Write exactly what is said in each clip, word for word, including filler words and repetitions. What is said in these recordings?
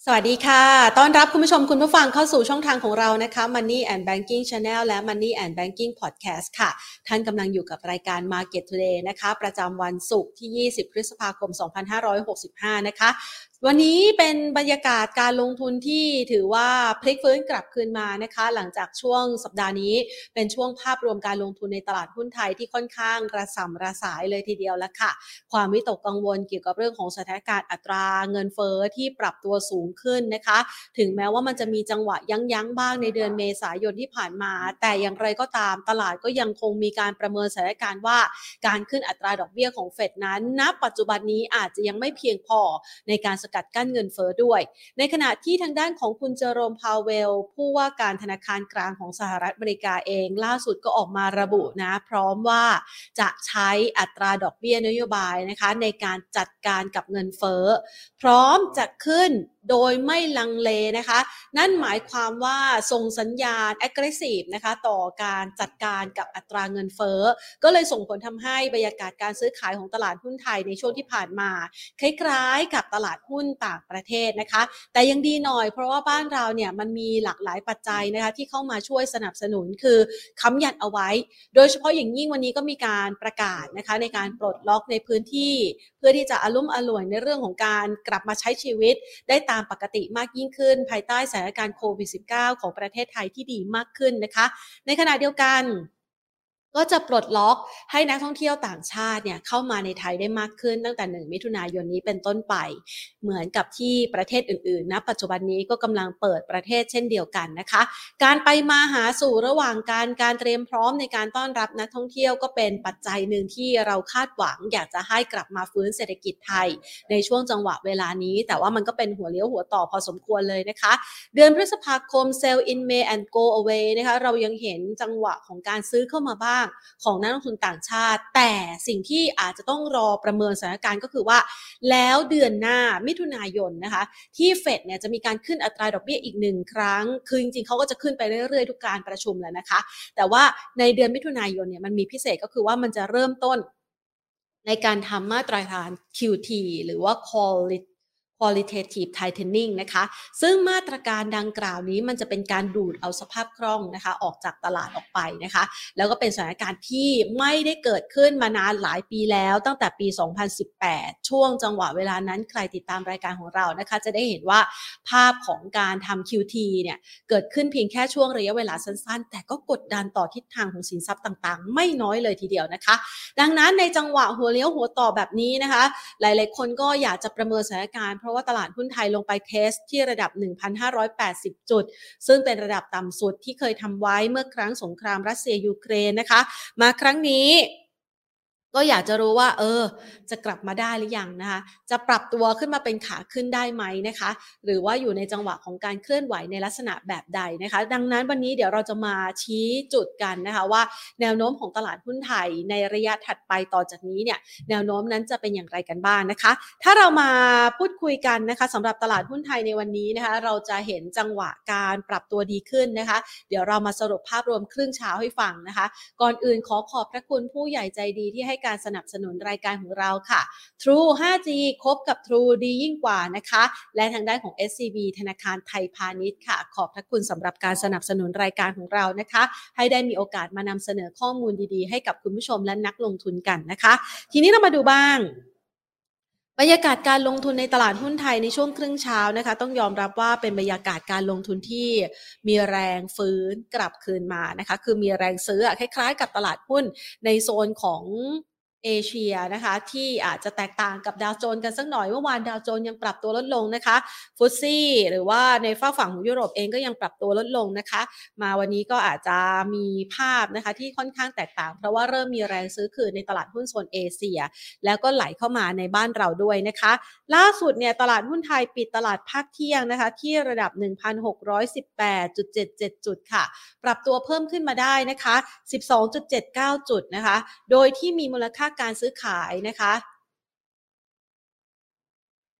สวัสดีค่ะต้อนรับคุณผู้ชมคุณผู้ฟังเข้าสู่ช่องทางของเรานะคะ Money and Banking Channel และ Money and Banking Podcast ค่ะท่านกำลังอยู่กับรายการ Market Today นะคะประจำวันศุกร์ที่ยี่สิบพฤษภาคมสองพันห้าร้อยหกสิบห้านะคะวันนี้เป็นบรรยากาศการลงทุนที่ถือว่าพลิกฟื้นกลับคืนมานะคะหลังจากช่วงสัปดาห์นี้เป็นช่วงภาพรวมการลงทุนในตลาดหุ้นไทยที่ค่อนข้างระส่ำระสายเลยทีเดียวแล้วค่ะความวิตกกังวลเกี่ยวกับเรื่องของสถานการณ์อัตราเงินเฟ้อที่ปรับตัวสูงขึ้นนะคะถึงแม้ว่ามันจะมีจังหวะยั้งๆบ้างในเดือนเมษายนที่ผ่านมาแต่อย่างไรก็ตามตลาดก็ยังคงมีการประเมินสถานการณ์ว่าการขึ้นอัตราดอกเบี้ยของเฟดนั้นณปัจจุบันนี้อาจจะยังไม่เพียงพอในการสกัดกั้นเงินเฟ้อด้วยในขณะที่ทางด้านของคุณเจอโรมพาวเวลผู้ว่าการธนาคารกลางของสหรัฐอเมริกาเองล่าสุดก็ออกมาระบุนะพร้อมว่าจะใช้อัตราดอกเบี้ยนโยบายนะคะในการจัดการกับเงินเฟ้อพร้อมจะขึ้นโดยไม่ลังเลนะคะนั่นหมายความว่าส่งสัญญาณ aggressive นะคะต่อการจัดการกับอัตราเงินเฟ้อก็เลยส่งผลทำให้บรรยากาศการซื้อขายของตลาดหุ้นไทยในช่วงที่ผ่านมาคล้ายๆกับตลาดหุ้นต่างประเทศนะคะแต่ยังดีหน่อยเพราะว่าบ้านเราเนี่ยมันมีหลากหลายปัจจัยนะคะที่เข้ามาช่วยสนับสนุนคือค้ำยันเอาไว้โดยเฉพาะอย่างยิ่งวันนี้ก็มีการประกาศนะคะในการปลดล็อกในพื้นที่เพื่อที่จะอารุ่มอร่วยในเรื่องของการกลับมาใช้ชีวิตได้ตามปกติมากยิ่งขึ้นภายใต้สถานการณ์โควิด สิบเก้า ของประเทศไทยที่ดีมากขึ้นนะคะในขณะเดียวกันก็จะปลดล็อกให้นักท่องเที่ยวต่างชาติเนี่ยเข้ามาในไทยได้มากขึ้นตั้งแต่หนึ่งมิถุนายนนี้เป็นต้นไปเหมือนกับที่ประเทศอื่นๆณปัจจุบันนี้ก็กำลังเปิดประเทศเช่นเดียวกันนะคะการไปมาหาสู่ระหว่างการการเตรียมพร้อมในการต้อนรับนักท่องเที่ยวก็เป็นปัจจัยหนึ่งที่เราคาดหวังอยากจะให้กลับมาฟื้นเศรษฐกิจไทยในช่วงจังหวะเวลานี้แต่ว่ามันก็เป็นหัวเลี้ยวหัวต่อพอสมควรเลยนะคะเดือนพฤษภาคม Sell in May and Go Away นะคะเรายังเห็นจังหวะของการซื้อเข้ามาบ้างของนักลงทุนต่างชาติแต่สิ่งที่อาจจะต้องรอประเมินสถานการณ์ก็คือว่าแล้วเดือนหน้ามิถุนายนนะคะที่เฟดเนี่ยจะมีการขึ้นอัตราดอกเบี้ยอีกหนึ่งครั้งคือจริงๆเขาก็จะขึ้นไปเรื่อยๆทุกการประชุมแล้วนะคะแต่ว่าในเดือนมิถุนายนเนี่ยมันมีพิเศษก็คือว่ามันจะเริ่มต้นในการทำมาตรฐาน คิว ที หรือว่า qualitative tightening นะคะซึ่งมาตรการดังกล่าวนี้มันจะเป็นการดูดเอาสภาพคล่องนะคะออกจากตลาดออกไปนะคะแล้วก็เป็นสถานการณ์ที่ไม่ได้เกิดขึ้นมานานหลายปีแล้วตั้งแต่ปีสองพันสิบแปดช่วงจังหวะเวลานั้นใครติดตามรายการของเรานะคะจะได้เห็นว่าภาพของการทำ คิว ที เนี่ยเกิดขึ้นเพียงแค่ช่วงระยะเวลาสั้นๆแต่ก็กดดันต่อทิศทางของสินทรัพย์ต่างๆไม่น้อยเลยทีเดียวนะคะดังนั้นในจังหวะหัวเลี้ยวหัวต่อแบบนี้นะคะหลายๆคนก็อยากจะประเมินสถานการณ์เพราะว่าตลาดหุ้นไทยลงไปเทสที่ระดับ หนึ่งพันห้าร้อยแปดสิบ จุดซึ่งเป็นระดับต่ำสุดที่เคยทำไว้เมื่อครั้งสงครามรัสเซียยูเครนนะคะมาครั้งนี้ก็อยากจะรู้ว่าเออจะกลับมาได้หรือยังนะคะจะปรับตัวขึ้นมาเป็นขาขึ้นได้ไหมนะคะหรือว่าอยู่ในจังหวะของการเคลื่อนไหวในลักษณะแบบใดนะคะดังนั้นวันนี้เดี๋ยวเราจะมาชี้จุดกันนะคะว่าแนวโน้มของตลาดหุ้นไทยในระยะถัดไปต่อจากนี้เนี่ยแนวโน้มนั้นจะเป็นอย่างไรกันบ้างนะคะถ้าเรามาพูดคุยกันนะคะสำหรับตลาดหุ้นไทยในวันนี้นะคะเราจะเห็นจังหวะการปรับตัวดีขึ้นนะคะเดี๋ยวเรามาสรุปภาพรวมครึ่งเช้าให้ฟังนะคะก่อนอื่นขอขอบพระคุณผู้ใหญ่ใจดีที่ให้การสนับสนุนรายการของเราค่ะ True ไฟว์ จี คบกับ True ดียิ่งกว่านะคะและทางด้านของ เอส ซี บี ธนาคารไทยพาณิชย์ค่ะขอบพระคุณสำหรับการสนับสนุนรายการของเรานะคะให้ได้มีโอกาสมานำเสนอข้อมูลดีๆให้กับคุณผู้ชมและนักลงทุนกันนะคะทีนี้เรามาดูบ้างบรรยากาศการลงทุนในตลาดหุ้นไทยในช่วงครึ่งเช้านะคะต้องยอมรับว่าเป็นบรรยากาศการลงทุนที่มีแรงฟื้นกลับคืนมานะคะคือมีแรงซื้อคล้ายๆกับตลาดหุ้นในโซนของเอเชียนะคะที่อาจจะแตกต่างกับดาวโจนส์กันสักหน่อยเมื่อวานดาวโจนส์ยังปรับตัวลดลงนะคะฟุตซี่หรือว่าในฝั่งฝั่งของยุโรปเองก็ยังปรับตัวลดลงนะคะมาวันนี้ก็อาจจะมีภาพนะคะที่ค่อนข้างแตกต่างเพราะว่าเริ่มมีแรงซื้อคืนในตลาดหุ้นโซนเอเชียแล้วก็ไหลเข้ามาในบ้านเราด้วยนะคะล่าสุดเนี่ยตลาดหุ้นไทยปิดตลาดภาคเที่ยงนะคะที่ระดับ หนึ่งพันหกร้อยสิบแปดจุดเจ็ดเจ็ด จุดค่ะปรับตัวเพิ่มขึ้นมาได้นะคะ สิบสองจุดเจ็ดเก้า จุดนะคะโดยที่มีมูลค่าการซื้อขายนะคะ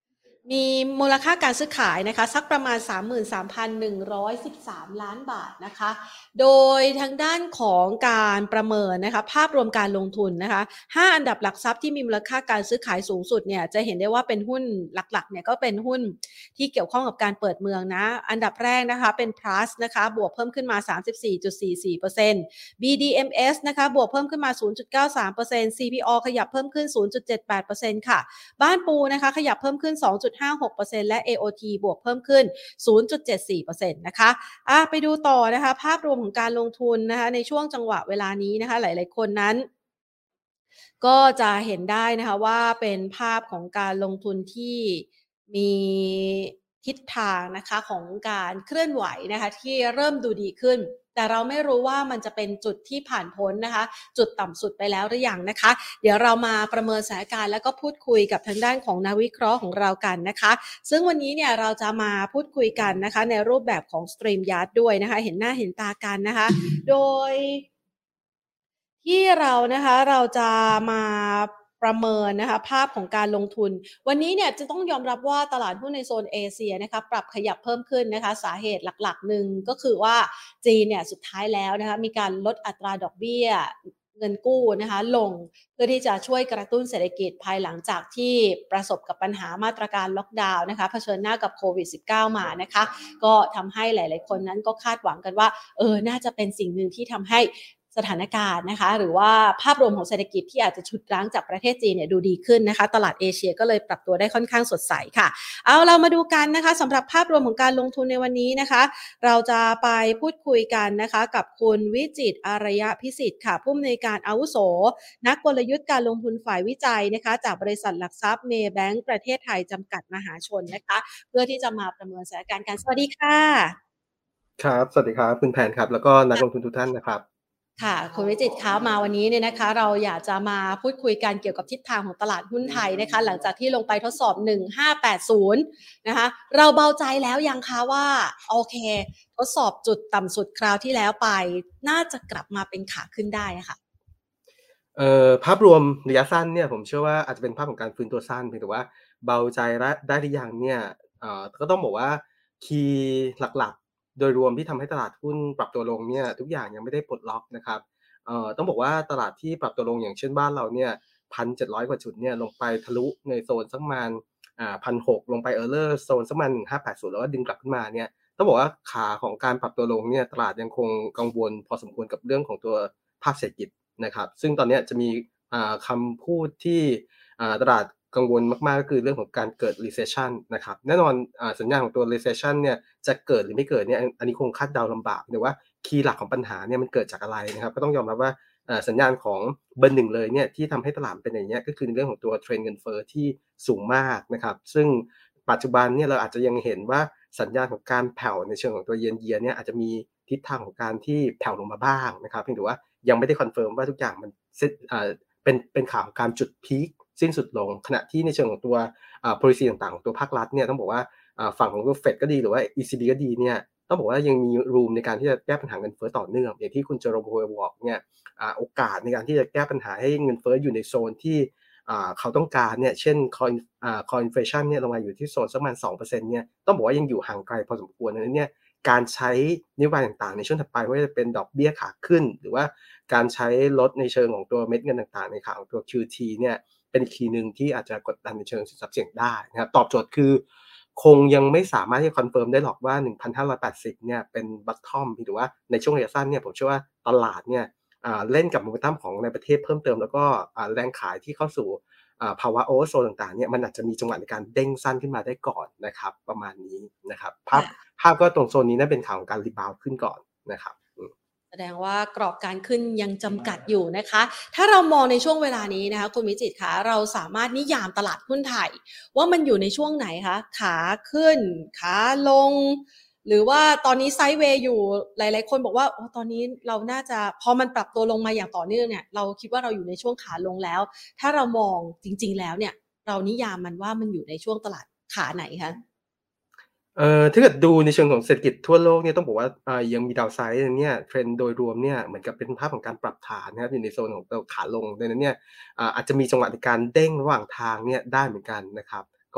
มีมูลค่าการซื้อขายนะคะสักประมาณ สามหมื่นสามพันหนึ่งร้อยสิบสาม ล้านบาทนะคะโดยทางด้านของการประเมินนะคะภาพรวมการลงทุนนะคะห้าอันดับหลักทรัพย์ที่มีมูลค่าการซื้อขายสูงสุดเนี่ยจะเห็นได้ว่าเป็นหุ้นหลักๆเนี่ยก็เป็นหุ้นที่เกี่ยวข้องกับการเปิดเมืองนะอันดับแรกนะคะเป็น Plus นะคะบวกเพิ่มขึ้นมา สามสิบสี่จุดสี่สี่เปอร์เซ็นต์ บี ดี เอ็ม เอส นะคะบวกเพิ่มขึ้นมา ศูนย์จุดเก้าสามเปอร์เซ็นต์ ซี พี โอ ขยับเพิ่มขึ้น ศูนย์จุดเจ็ดแปดเปอร์เซ็นต์ ค่ะบ้านปูนะคะขยับเพิ่มขึ้น สองจุดห้าหกเปอร์เซ็นต์ และ เอ โอ ที บวกเพิ่มขึ้น ศูนย์จุดเจ็ดสี่เปอร์เซ็นต์ นะคะอ่ะไปดูต่อนะคะภาพรวมของการลงทุนนะคะในช่วงจังหวะเวลานี้นะคะหลายๆคนนั้นก็จะเห็นได้นะคะว่าเป็นภาพของการลงทุนที่มีทิศทางนะคะของการเคลื่อนไหวนะคะที่เริ่มดูดีขึ้นแต่เราไม่รู้ว่ามันจะเป็นจุดที่ผ่านพ้นนะคะจุดต่ำสุดไปแล้วหรือยังนะคะเดี๋ยวเรามาประเมินสถานการณ์แล้วก็พูดคุยกับทางด้านของนักวิเคราะห์ของเรากันนะคะซึ่งวันนี้เนี่ยเราจะมาพูดคุยกันนะคะในรูปแบบของ StreamYard ด้วยนะคะเห็นหน้าเห็นตากันนะคะโดยที่เรานะคะเราจะมาประเมินนะคะภาพของการลงทุนวันนี้เนี่ยจะต้องยอมรับว่าตลาดหุ้นในโซนเอเชียนะคะปรับขยับเพิ่มขึ้นนะคะสาเหตุหลักๆหนึ่งก็คือว่าจีนเนี่ยสุดท้ายแล้วนะคะมีการลดอัตราดอกเบี้ยเงินกู้นะคะลงเพื่อที่จะช่วยกระตุ้นเศรษฐกิจภายหลังจากที่ประสบกับปัญหามาตรการล็อกดาวน์นะคะเผชิญหน้ากับโควิด สิบเก้า มานะคะก็ทำให้หลายๆคนนั้นก็คาดหวังกันว่าเออน่าจะเป็นสิ่งหนึ่งที่ทำให้สถานการณ์นะคะหรือว่าภาพรวมของเศรษฐกิจที่อาจจะฉุดรั้งจากประเทศจีนเนี่ยดูดีขึ้นนะคะตลาดเอเชียก็เลยปรับตัวได้ค่อนข้างสดใสค่ะเอาเรามาดูกันนะคะสำหรับภาพรวมของการลงทุนในวันนี้นะคะเราจะไปพูดคุยกันนะคะกับคุณวิจิตรอารยพิสิทธิ์ค่ะผู้อำนวยการอาวุโสนักกลยุทธ์การลงทุนฝ่ายวิจัยนะคะจากบริษัทหลักทรัพย์เมย์แบงก์ประเทศไทยจำกัดมหาชนนะคะเพื่อที่จะมาประเมินสถานการณ์กันสวัสดีค่ะครับสวัสดีครับคุณแพนครับแล้วก็นักลงทุนทุกท่านนะครับค่ะคุณวิจิตรคะมาวันนี้เนี่ยนะคะเราอยากจะมาพูดคุยกันเกี่ยวกับทิศทางของตลาดหุ้นไทยนะคะหลังจากที่ลงไปทดสอบหนึ่งพันห้าร้อยแปดสิบนะคะเราเบาใจแล้วยังคะว่าโอเคทดสอบจุดต่ำสุดคราวที่แล้วไปน่าจะกลับมาเป็นขาขึ้นได้ค่ะเอ่อภาพรวมระยะสั้นเนี่ยผมเชื่อว่าอาจจะเป็นภาพของการฟื้นตัวสั้นเพียงแต่ว่าเบาใจและได้หรือยังเนี่ยเอ่อก็ต้องบอกว่าคีย์หลักๆโดยรวมที่ทำให้ตลาดหุ้นปรับตัวลงเนี่ยทุกอย่างยังไม่ได้ปลดล็อกนะครับเอ่อต้องบอกว่าตลาดที่ปรับตัวลงอย่างเช่นบ้านเราเนี่ย หนึ่งพันเจ็ดร้อย กว่าจุดเนี่ยลงไปทะลุในโซนสักประมาณอ่าหนึ่งพันหกร้อยลงไป Earlier โซนสักประมาณหนึ่งพันห้าร้อยแปดสิบแล้วก็ดึงกลับขึ้นมาเนี่ยต้องบอกว่าขาของการปรับตัวลงเนี่ยตลาดยังคงกังวลพอสมควรกับเรื่องของตัวภาพเศรษฐกิจนะครับซึ่งตอนนี้จะมีอ่าคำพูดที่อ่าตลาดกังวลมากๆก็คือเรื่องของการเกิด recession นะครับแน่นอนอ่าสัญญาณของตัว recession เนี่ยจะเกิดหรือไม่เกิดเนี่ยอันนี้คงคาดเดาลำบากแต่ว่าคีย์หลักของปัญหาเนี่ยมันเกิดจากอะไรนะครับก็ต้องยอมรับว่าอ่าสัญญาณของเบอร์หนึ่งเลยเนี่ยที่ทำให้ตลาดเป็นอย่างเงี้ยก็คือในเรื่องของตัวเทรนด์เงินเฟ้อที่สูงมากนะครับซึ่งปัจจุบันเนี่ยเราอาจจะยังเห็นว่าสัญญาณของการแผ่วในเชิงของตัว yen yen เนี่ยอาจจะมีทิศทางของการที่แผ่วลงมาบ้างนะครับเพียงแต่ว่ายังไม่ได้คอนเฟิร์มว่าทุกอย่างมันเซตอ่าเป็นเป็นข่าวของการจุดพีคสิ้นสุดลงขณะที่ในเชิงของตัวอ่า policy ต่างๆของตัวภาครัฐเนี่ยต้องบอกว่าอ่าฝั่งของตัว Fed ก็ดีหรือว่า อี ซี บี ก็ดีเนี่ยต้องบอกว่ายังมี room ในการที่จะแก้ปัญหาเงินเฟ้อต่อเนื่องอย่างที่คุณเจอโรม Powell บอกเนี่ยอ่าโอกาสในการที่จะแก้ปัญหาให้เงินเฟ้ออยู่ในโซนที่อ่าเขาต้องการเนี่ยเช่น core อ่า core inflation เนี่ยลงมาอยู่ที่โซนสักประมาณ สองเปอร์เซ็นต์ เนี่ยต้องบอกว่ายังอยู่ห่างไกลพอสมควรดังนั้นเนี่ยการใช้นโยบายต่างๆในช่วงถัดไปไม่ว่าจะเป็นดอกเบี้ยขาขึ้นหรือว่าการใช้ลดในเชิงของตัวเม็ดเงินต่างๆในขาของตัว คิว ที เนี่ยเป็นอีกคีย์หนึ่งที่อาจจะกดดันในเชิงสินทรัพย์เสี่ยงได้นะครับตอบโจทย์คือคงยังไม่สามารถที่จะคอนเฟิร์มได้หรอกว่า หนึ่งพันห้าร้อยแปดสิบ เนี่ยเป็น bottom หรือว่าในช่วงระยะสั้นเนี่ยผมเชื่อว่าตลาดเนี่ยอ่าเล่นกับโมเมนตัมของในประเทศเพิ่มเติมแล้วก็อ่าแรงขายที่เข้าสู่อ่าภาวะโอเวอร์โซต่างๆเนี่ยมันอาจจะมีจังหวะในการเด้งสั้นขึ้นมาได้ก่อนนะครับประมาณนี้นะครับภาพค่ะภาพก็ตรงโซนนี้น่าเป็นข่าวของการรีบาวด์ขึ้นก่อนนะครับอืมแสดงว่ากรอบการขึ้นยังจำกัดอยู่นะคะ ถ้าเรามองในช่วงเวลานี้นะคะคุณวิจิตรคะเราสามารถนิยามตลาดหุ้นไทยว่ามันอยู่ในช่วงไหนคะขาขึ้นขาลงหรือว่าตอนนี้ไซด์เวย์อยู่หลายๆคนบอกว่าโอ้ตอนนี้เราน่าจะพอมันปรับตัวลงมาอย่างต่อเนื่องเนี่ยเราคิดว่าเราอยู่ในช่วงขาลงแล้วถ้าเรามองจริงๆแล้วเนี่ยเรานิยามมันว่ามันอยู่ในช่วงตลาดขาไหนคะเอ่อถ้าเกิดดูในเชิงของเศรษฐกิจทั่วโลกเนี่ยต้องบอกว่าอ่ายังมี downside เนี่ย trend โดยรวมเนี่ยเหมือนกับเป็นภาพของการปรับฐานนะครับอยู่ในโซนของตัวขาลงดังนั้นเนี่ยอ่าอาจจะมีจังหวะในการเด้งระหว่างทางเนี่ยได้เหมือนกันนะครับก็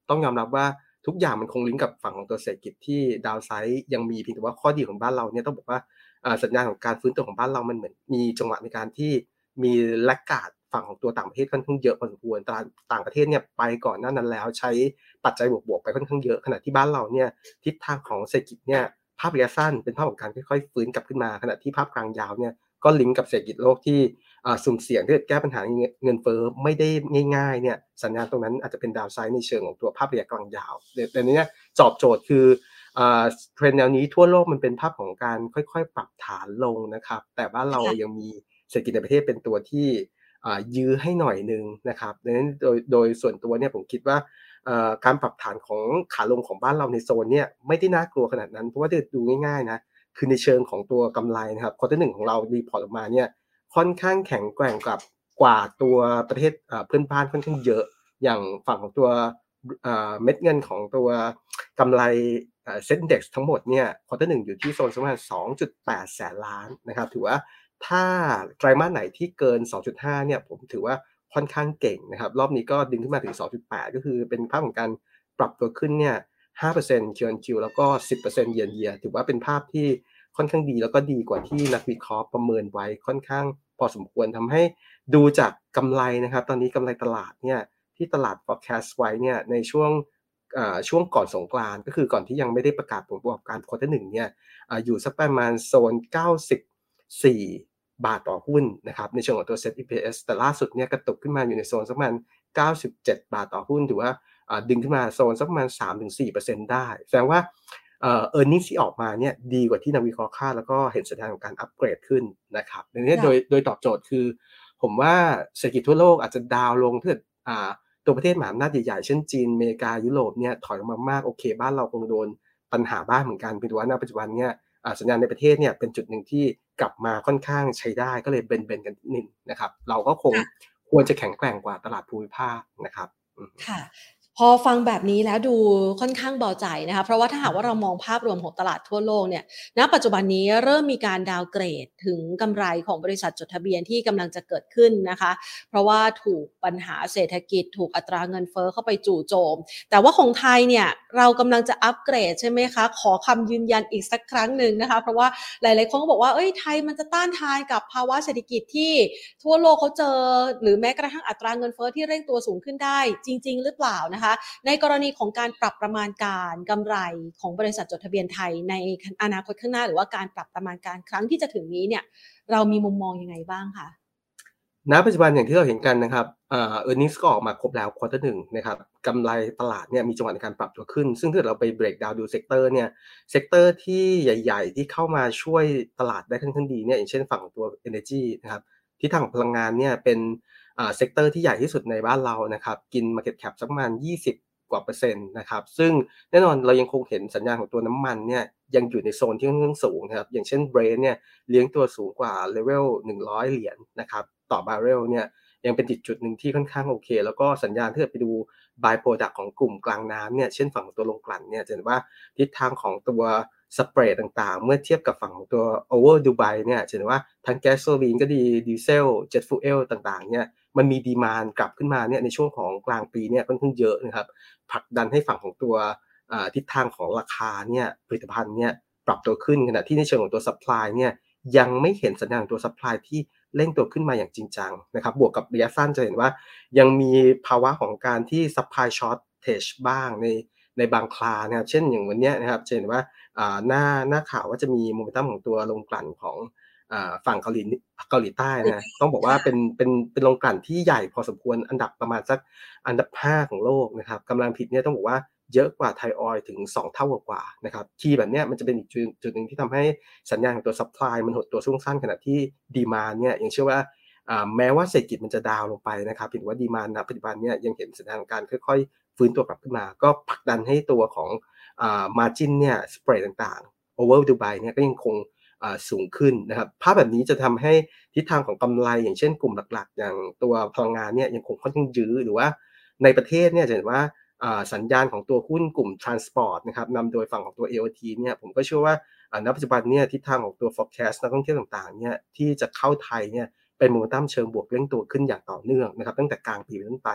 ต้องยอมรับว่าทุกอย่างมันคงลิงก์กับฝั่งของตัวเศรษฐกิจที่ดาวไซด์ยังมีเพียงแต่ว่าข้อดีของบ้านเราเนี่ยต้องบอกว่าสัญญาณของการฟื้นตัวของบ้านเรามันเหมือนมีจังหวะในการที่มีแลกการ์ดฝั่งของตัวต่างประเทศค่อนข้างเยอะพอสมควรต่างต่างประเทศเนี่ยไปก่อนหน้านั้นแล้วใช้ปัจจัยบวกๆไปค่อนข้างเยอะขณะที่บ้านเราเนี่ยทิศทางของเศรษฐกิจเนี่ยภาพระยะสั้นเป็นภาพของการค่อยๆฟื้นกลับขึ้นมาขณะที่ภาพกลางยาวเนี่ยก็ลิงก์กับเศรษฐกิจโลกที่สุ่มเสี่ยงที่จะแก้ปัญหาเงินเฟ้อไม่ได้ง่ายๆเนี่ยสัญญาณตรงนั้นอาจจะเป็นดาวไซด์ในเชิงของตัวภาพระยะกลางยาวแต่ในนี้ตอบโจทย์คือเทรนด์แนวนี้ทั่วโลกมันเป็นภาพของการค่อยๆปรับฐานลงนะครับแต่บ้านเรายังมีเศรษฐกิจในประเทศเป็นตัวที่ยื้อให้หน่อยนึงนะครับดังนั้นโดยโดยส่วนตัวเนี่ยผมคิดว่าการปรับฐานของขาลงของบ้านเราในโซนเนี่ยไม่ได้น่ากลัวขนาดนั้นเพราะว่าดูง่ายๆนะคือในเชิงของตัวกำไรนะครับควอเตอร์หนึ่งของเรารีพอร์ตออกมาเนี่ยค่อนข้างแข็งแกร่งกับกว่าตัวประเทศเพื่อนบ้านค่อนข้างเยอะอย่างฝั่งของตัวเม็ดเงินของตัวกำไรเซ็ตอินเด็กซ์ทั้งหมดเนี่ยควอเตอร์หนึ่งอยู่ที่โซนประมาณ สองจุดแปด แสนล้านนะครับถือว่าถ้าไตรมาสไหนที่เกิน สองจุดห้า เนี่ยผมถือว่าค่อนข้างเก่งนะครับรอบนี้ก็ดึงขึ้นมาถึง สองจุดแปด ก็คือเป็นภาพของการปรับตัวขึ้นเนี่ย ห้าเปอร์เซ็นต์ Q on Q แล้วก็ สิบเปอร์เซ็นต์ Year on Year ถือว่าเป็นภาพที่ค่อนข้างดีแล้วก็ดีกว่าที่นักวิเคราะห์ประเมินไว้ค่อนข้างพอสมควรทำให้ดูจากกำไรนะครับตอนนี้กำไรตลาดเนี่ยที่ตลาด forecast ไว้เนี่ยในช่วงช่วงก่อนสงกรานต์ก็คือก่อนที่ยังไม่ได้ประกาศผลประกอบการควอเตอร์หนึ่งเนี่ยอยู่สักประมาณโซนเก้าสิบสี่บาทต่อหุ้นนะครับในเชิงของตัว Set อี พี เอส แต่ล่าสุดเนี่ยกระตุกขึ้นมาอยู่ในโซนสักประมาณเก้าสิบเจ็ดบาทต่อหุ้นถือว่าดึงขึ้นมาโซนสักประมาณ สามถึงสี่เปอร์เซ็นต์ ได้แสดงว่าเอ่อ earnings ที่ออกมาเนี่ยดีกว่าที่นักวิเคราะห์คาดแล้วก็เห็นสัญญาณของการอัปเกรดขึ้นนะครับดังนี้โดยโดยตอบโจทย์คือผมว่าเศรษฐกิจทั่วโลกอาจจะดาวลงถ้าเกิดอ่าตัวประเทศมหาอำนาจใหญ่ๆเช่นจีนอเมริกายุโรปเนี่ยถอยลงมามากโอเคบ้านเราคงโดนปัญหาบ้างเหมือนกันเพียงแต่ว่าณปัจจุบันเนี่ยสัญญาณในประเทศเนี่ยเป็นจุดหนึ่งที่กลับมาค่อนข้างใช้ได้ก็เลยเบนๆกันนิดนึงนะครับเราก็คงควรจะแข็งแกร่งกว่าตลาดภูมิภาคนะครับค่ะพอฟังแบบนี้แล้วดูค่อนข้างเบาใจนะคะเพราะว่าถ้าหากว่าเรามองภาพรวมของตลาดทั่วโลกเนี่ยณปัจจุบันนี้เริ่มมีการดาวเกรดถึงกำไรของบริษัทจดทะเบียนที่กำลังจะเกิดขึ้นนะคะเพราะว่าถูกปัญหาเศรษฐกิจถูกอัตราเงินเฟ้อเข้าไปจู่โจมแต่ว่าของไทยเนี่ยเรากำลังจะอัปเกรดใช่ไหมคะขอคำยืนยันอีกสักครั้งหนึ่งนะคะเพราะว่าหลายๆคนก็บอกว่าเอ้ยไทยมันจะต้านทานกับภาวะเศรษฐกิจที่ทั่วโลกเขาเจอหรือแม้กระทั่งอัตราเงินเฟ้อที่เร่งตัวสูงขึ้นได้จริงๆหรือเปล่านะคะในกรณีของการปรับประมาณการกำไรของบริษัทจดทะเบียนไทยในอนาคตข้างหน้าหรือว่าการปรับประมาณการครั้งที่จะถึงนี้เนี่ยเรามีมุมมองยังไงบ้างคะณปัจจุบันอย่างที่เราเห็นกันนะครับเอ่อ earnings ก็ออกมาครบแล้วควอเตอร์หนึ่งนะครับกำไรตลาดเนี่ยมีจังหวะในการปรับตัวขึ้นซึ่งถ้าเราไป break down ดูเซกเตอร์เนี่ยเซกเตอร์ที่ใหญ่ๆที่เข้ามาช่วยตลาดได้ค่อนข้างดีเนี่ยอย่างเช่นฝั่งของตัว energy นะครับที่ทางของพลังงานเนี่ยเป็นอ่าเซกเตอร์ที่ใหญ่ที่สุดในบ้านเรานะครับกิน market cap สักประมาณยี่สิบกว่าเปอร์เซ็นต์นะครับซึ่งแน่นอนเรายังคงเห็นสัญญาณของตัวน้ำมันเนี่ยยังอยู่ในโซนที่ค่อนข้างสูงนะครับอย่างเช่น Brent เนี่ยเลี้ยงตัวสูงกว่าเลเวลหนึ่งร้อยเหรียญนะครับต่อบาร์เรลเนี่ยยังเป็นจุดจุดหนึ่งที่ค่อนข้างโอเคแล้วก็สัญญาณถ้าเกิดไปดู by product ของกลุ่มกลางน้ำเนี่ยเช่นฝั่งตัวโรงกลั่นเนี่ยจะเห็นว่าทิศทางของตัวสเปรดต่างๆเมื่อเทียบกับฝั่งของตัว over Dubai เนี่ยจะเห็นว่าทั้งแก๊สโซลีนก็ดีดีเซลเจ็ตฟูเอลต่างๆเนี่ยมันมีดีมานด์กลับขึ้นมาเนี่ยในช่วงของกลางปีเนี่ยค่อนข้างเยอะนะครับผลักดันให้ฝั่งของตัวทิศทางของราคาเนี่ยผลิตภัณฑ์เนี่ยปรับตัวขึ้นขณะที่ในเชิงของตัว supply เนี่ยยังไม่เห็นสัญญาณของตัว supply ที่เร่งตัวขึ้นมาอย่างจริงจังนะครับบวกกับระยะสั้นจะเห็นว่ายังมีภาวะของการที่ supply shortage บ้างในในบางคลานะครับเช่นอย่างวันนี้นะครับจะเห็นว่าหน้าหน้าข่าวว่าจะมีโมเมนตัมของตัวโรงกลั่นของฝั่งเกาหลีเกาหลีใต้นะต้องบอกว่าเป็นเป็นเป็นโรงกลั่นที่ใหญ่พอสมควรอันดับประมาณสักอันดับห้าของโลกนะครับกำลังผลิตเนี่ยต้องบอกว่าเยอะกว่าไทยออยล์ถึงสองเท่ากว่านะครับคีย์แบบนี้มันจะเป็นอีกจุดจุดหนึ่งที่ทำให้สัญญาณของตัว supply มันหดตัวช่วงสั้นขณะที่ demand เนี่ยอย่างเชื่อว่าแม้ว่าเศรษฐกิจมันจะดาวลงไปนะครับเห็นว่า demand ณปัจจุบันเนี่ยยังเห็นสัญญาณของการค่อยๆฟื้นตัวกลับขึ้นมาก็ผลักดันให้ตัวของmargin เนี่ย spread ต่างๆ over Dubai เนี่ยก็ยังคงสูงขึ้นนะครับภาพแบบนี้จะทำให้ทิศทางของกำไรอย่างเช่นกลุ่มหลักๆอย่างตัวพลังงานเนี่ยยังคงค่อนข้างยื้อหรือว่าในประเทศเนี่ยจะเห็นว่าสัญญาณของตัวหุ้นกลุ่ม transport นะครับนำโดยฝั่งของตัว เอ โอ ที เนี่ยผมก็เชื่อว่าณปัจจุบันเนี่ยทิศทางของตัว forecast นักท่องเที่ยวต่างๆเนี่ยที่จะเข้าไทยเนี่ยเป็นโมเมนตัมเชิงบวกเร่งตัวขึ้นอย่างต่อเนื่องนะครับตั้งแต่กลางปีเป็นต้นไป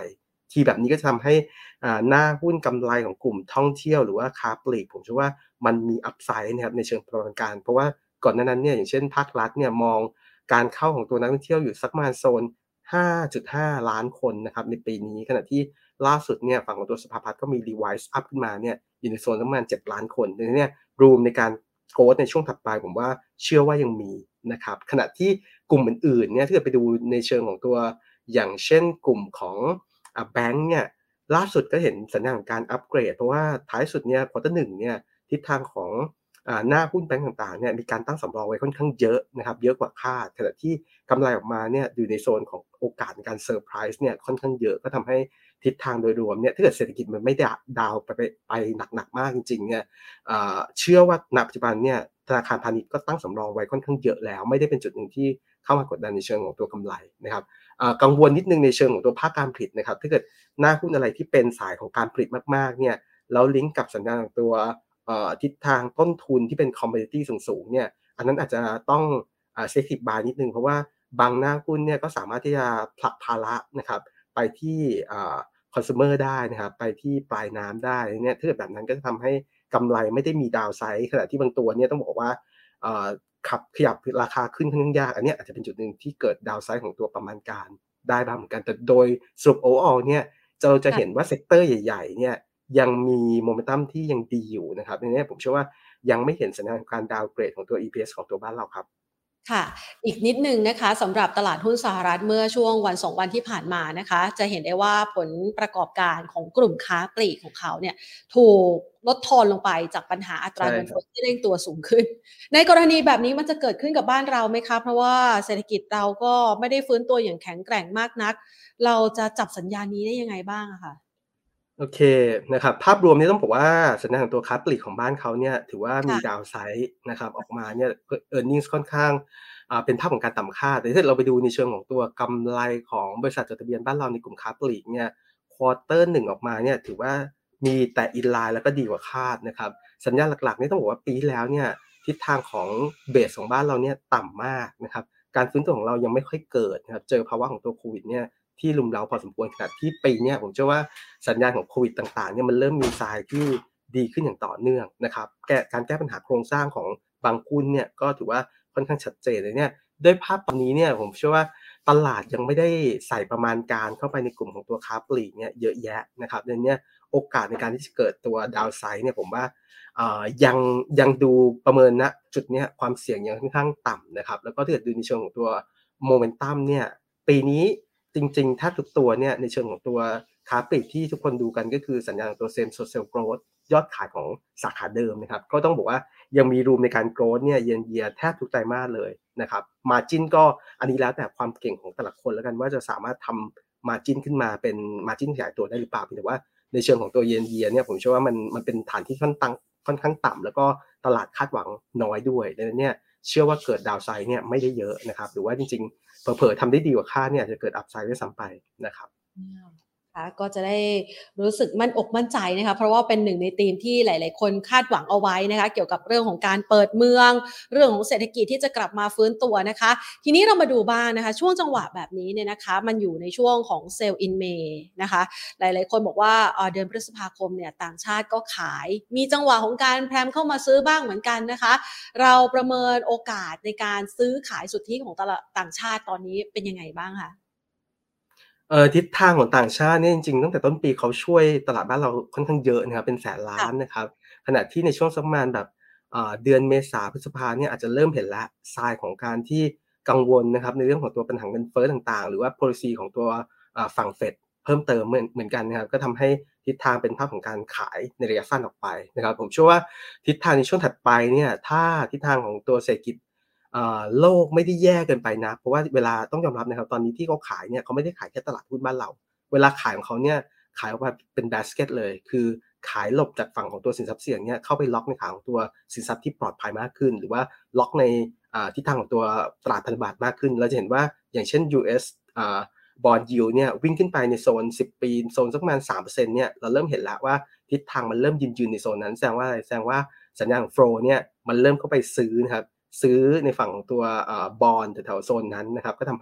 ทีแบบนี้ก็จะทำให้อ่าหน้าหุ้นกำไรของกลุ่มท่องเที่ยวหรือว่าค้าปลีกผมเชื่อว่ามันมีอัปไซด์นะครับในเชิงประมาณการเพราะว่าก่อนหน้านั้นเนี่ยอย่างเช่นภาครัฐเนี่ยมองการเข้าของตัวนักท่องเที่ยวอยู่สักประมาณโซน ห้าจุดห้า ล้านคนนะครับในปีนี้ขณะที่ล่าสุดเนี่ยฝั่งของตัวสภาพัฒน์ก็มี revise up ขึ้นมาเนี่ยอยู่ในโซนประมาณเจ็ดล้านคนดังนั้นเนี่ย room ในการ growth ในช่วงถัดไปผมว่าเชื่อว่ายังมีนะครับขณะที่กลุ่มอื่นๆเนี่ยถ้าเกิดไปดูในเชิงของตัวอย่างเช่นกลุ่มของอ่าแบงก์เนี่ยล่าสุดก็เห็นสัญญาณของการอัปเกรดเพราะว่าท้ายสุดเนี่ย ควอเตอร์ หนึ่งเนี่ยทิศทางของอ่าหน้าหุ้นแบงก์ต่างๆเนี่ยมีการตั้งสำรองไว้ค่อนข้างเยอะนะครับเยอะกว่าคาดขณะที่กำไรออกมาเนี่ยอยู่ในโซนของโอกาสในการเซอร์ไพรส์เนี่ยค่อนข้างเยอะก็ทำให้ทิศทางโดยรวมเนี่ยถ้าเกิดเศรษฐกิจมันไม่ดาดาวไปไปไปหนักๆมากจริงๆเนี่ยอ่าเชื่อว่าณปัจจุบันเนี่ยธนาคารพาณิชย์ก็ตั้งสำรองไว้ค่อนข้างเยอะแล้วไม่ได้เป็นจุดหนึ่งที่เข้ามากดดันในเชิงของตัวกำไรนะครับอ่ากังวลนิดหนึ่งในเชิงของตัวภาคการผลิตนะครับถ้าเกิดหน้าหุ้นอะไรที่เป็นสายของการผลิตมากๆเนี่ยแล้วลิงก์กับสัญญาณของตัวเอ่อทิศทางต้นทุนที่เป็น commodity สูงๆเนี่ยอันนั้นอาจจะต้องอ่า selective buy นิดหนึ่งเพราะว่าบางหน้าหุ้นเนี่ยก็สามารถที่จะผลักภาระนะครับไปที่อ่า consumer ได้นะครับไปที่ปลายน้ำได้เนี่ยถ้าเกิดแบบนั้นก็จะทำให้กำไรไม่ได้มี downside ขณะที่บางตัวเนี่ยต้องบอกว่าเอ่อขับขยับราคาขึ้นค่อนข้างยากอันเนี้ยอาจจะเป็นจุดหนึ่งที่เกิด downside ของตัวประมาณการได้บ้างเหมือนกันแต่โดยสรุป overall เนี่ยเราจะเห็นว่าเซกเตอร์ใหญ่ๆเนี่ยยังมีโมเมนตัมที่ยังดีอยู่นะครับในนี้ผมเชื่อว่ายังไม่เห็นสัญญาณของการดาวน์เกรดของตัว อี พี เอส ของตัวบ้านเราครับค่ะอีกนิดหนึ่งนะคะสำหรับตลาดหุ้นสหรัฐเมื่อช่วงวันสองวันที่ผ่านมานะคะจะเห็นได้ว่าผลประกอบการของกลุ่มค้าปลีกของเขาเนี่ยถูกลดทอนลงไปจากปัญหาอัตราใช่เงินครับเฟ้อที่เร่งตัวสูงขึ้นในกรณีแบบนี้มันจะเกิดขึ้นกับบ้านเราไหมคะเพราะว่าเศรษฐกิจเราก็ไม่ได้ฟื้นตัวอย่างแข็งแกร่งมากนักเราจะจับสัญญาณนี้ได้ยังไงบ้างอะค่ะโอเคนะครับภาพรวมนี้ต้องบอกว่าสัญญาณของตัวค้าปลีกของบ้านเขาเนี่ยถือว่ามีค่ะ downside นะครับออกมาเนี่ย earnings ค่อนข้างอ่าเป็นภาพของการต่ำคาดแต่ถ้าเราไปดูในเชิงของตัวกำไรของบริษัทจดทะเบียนบ้านเราในกลุ่มค้าปลีกเนี่ยควอเตอร์หนึ่งออกมาเนี่ยถือว่ามีแต่ in-line แล้วก็ดีกว่าคาดนะครับสัญญาณหลักๆเนี่ยต้องบอกว่าปีที่แล้วเนี่ยทิศทางของเบสของบ้านเราเนี่ยต่ำมากนะครับการฟื้นตัวของเรายังไม่ค่อยเกิดนะครับเจอภาวะของตัวโควิดเนี่ย ที่รุมเร้าพอสมควรขณะที่ปีเนี้ยผมเชื่อว่าสัญญาณของโควิดต่างๆเนี่ยมันเริ่มมีทรายที่ดีขึ้นอย่างต่อเนื่องนะครับแก้การแก้ปัญหาโครงสร้างของบางหุ้นเนี่ยก็ถือว่าค่อนข้างชัดเจนเลยเนี่ยด้วยภาพตอนนี้เนี่ยผมเชื่อว่าตลาดยังไม่ได้ใส่ประมาณการเข้าไปในกลุ่มของตัวค้าปลีกเนี่ยเยอะแยะนะครับดังนั้นเนี่ยโอกาสในการที่จะเกิดตัว downside เนี่ยผมว่าอ่ายังยังดูประเมินณจุดเนี้ยความเสี่ยงยังค่อนข้างต่ำนะครับแล้วก็ถ้าเกิดดูในเชิงของตัวโมเมนตัมเนี่ยปีนี้ จริงๆแทบทุกตัวเนี่ยในเชิงของตัวค้าปลีกที่ทุกคนดูกันก็คือสัญญาณของตัว Same Store Sales Growth ยอดขายของสาขาเดิมนะครับก็ต้องบอกว่ายังมี room ในการ growth เนี่ย year on year แทบทุกไตรมาสเลยนะครับ margin ก็อันนี้แล้วแต่ความเก่งของแต่ละคนแล้วกันว่าจะสามารถทำ margin ขึ้นมาเป็น margin ขยายตัวได้หรือเปล่าเพียงแต่ว่าในเชิงของตัว year on year เนี่ยผมเชื่อว่ามันมันเป็นฐานที่ค่อนตังค่อนข้างต่ำแล้วก็ตลาดคาดหวังน้อยด้วยดังนั้นเนี่ยเชื่อว่าเกิด downside เนี่ยไม่ได้เยอะนะครับหรือว่าจริงๆ เผลอๆทำได้ดีกว่าคาดเนี่ยอาจจะเกิดอัพไซด์ด้วยซ้ำไปนะครับค่ะก็จะได้รู้สึกมั่นอกมั่นใจนะคะเพราะว่าเป็นหนึ่งในธีมที่หลายๆคนคาดหวังเอาไว้นะคะเกี่ยวกับเรื่องของการเปิดเมืองเรื่องของเศรษฐกิจที่จะกลับมาฟื้นตัวนะคะทีนี้เรามาดูบ้างนะคะช่วงจังหวะแบบนี้เนี่ยนะคะมันอยู่ในช่วงของ Sell in May นะคะหลายๆคนบอกว่าเอ่อเดือนพฤษภาคมเนี่ยต่างชาติก็ขายมีจังหวะของการแพรมเข้ามาซื้อบ้างเหมือนกันนะคะเราประเมินโอกาสในการซื้อขายสุทธิของตลาดต่างชาติตอนนี้เป็นยังไงบ้างคะเอ่อทิศทางของต่างชาติเนี่ยจริงๆตั้งแต่ต้นปีเขาช่วยตลาดบ้านเราค่อนข้างเยอะนะครับเป็นแสนล้านค่ะนะครับขณะที่ในช่วงสักประมาณแบบอ่าเดือนเมษาพฤษภาเนี่ยอาจจะเริ่มเห็นแล้ว sign ของการที่กังวลนะครับในเรื่องของตัวปัญหาเงินเฟ้อต่างๆหรือว่า policy ของตัวอ่าฝั่ง Fed เพิ่มเติมเหมือนเหมือนกันนะครับก็ทำให้ทิศทางเป็นภาพของการขายในระยะสั้นออกไปนะครับผมเชื่อว่าทิศทางในช่วงถัดไปเนี่ยถ้าทิศทางของตัวเศรษฐกิจ อ่าโลกไม่ได้แย่เกินไปนักเพราะว่าเวลาต้องยอมรับนะครับตอนนี้ที่เขาขายเนี่ยเขาไม่ได้ขายแค่ตลาดหุ้นบ้านเราเวลาขายของเขาเนี่ยขายออกมาเป็นบาสเกตเลยคือขายหลบจากฝั่งของตัวสินทรัพย์เสี่ยงเนี่ยเข้าไปล็อกในขาของตัวสินทรัพย์ที่ปลอดภัยมากขึ้นหรือว่าล็อกในอ่าทิศทางของตัวตลาดพันธบัตรมากขึ้นเราจะเห็นว่าอย่างเช่น ยู เอส อ่า Bond Yield เนี่ยวิ่งขึ้นไปในโซนสิบปีโซนสักประมาณสามเปอร์เซ็นต์เปอร์เซ็นต์เนี่ยเราเริ่มเห็นแล้วว่าทิศทางมันเริ่มยืนๆในโซนนั้นแสดงว่าอะไรแสดงว่าสัญญาณของ flow เนี่ยมันเริ่มเข้าไปซื้อนะครับ ซื้อในฝั่งของตัวบอนด์แถวๆโซนนั้นนะครับก็ทำให้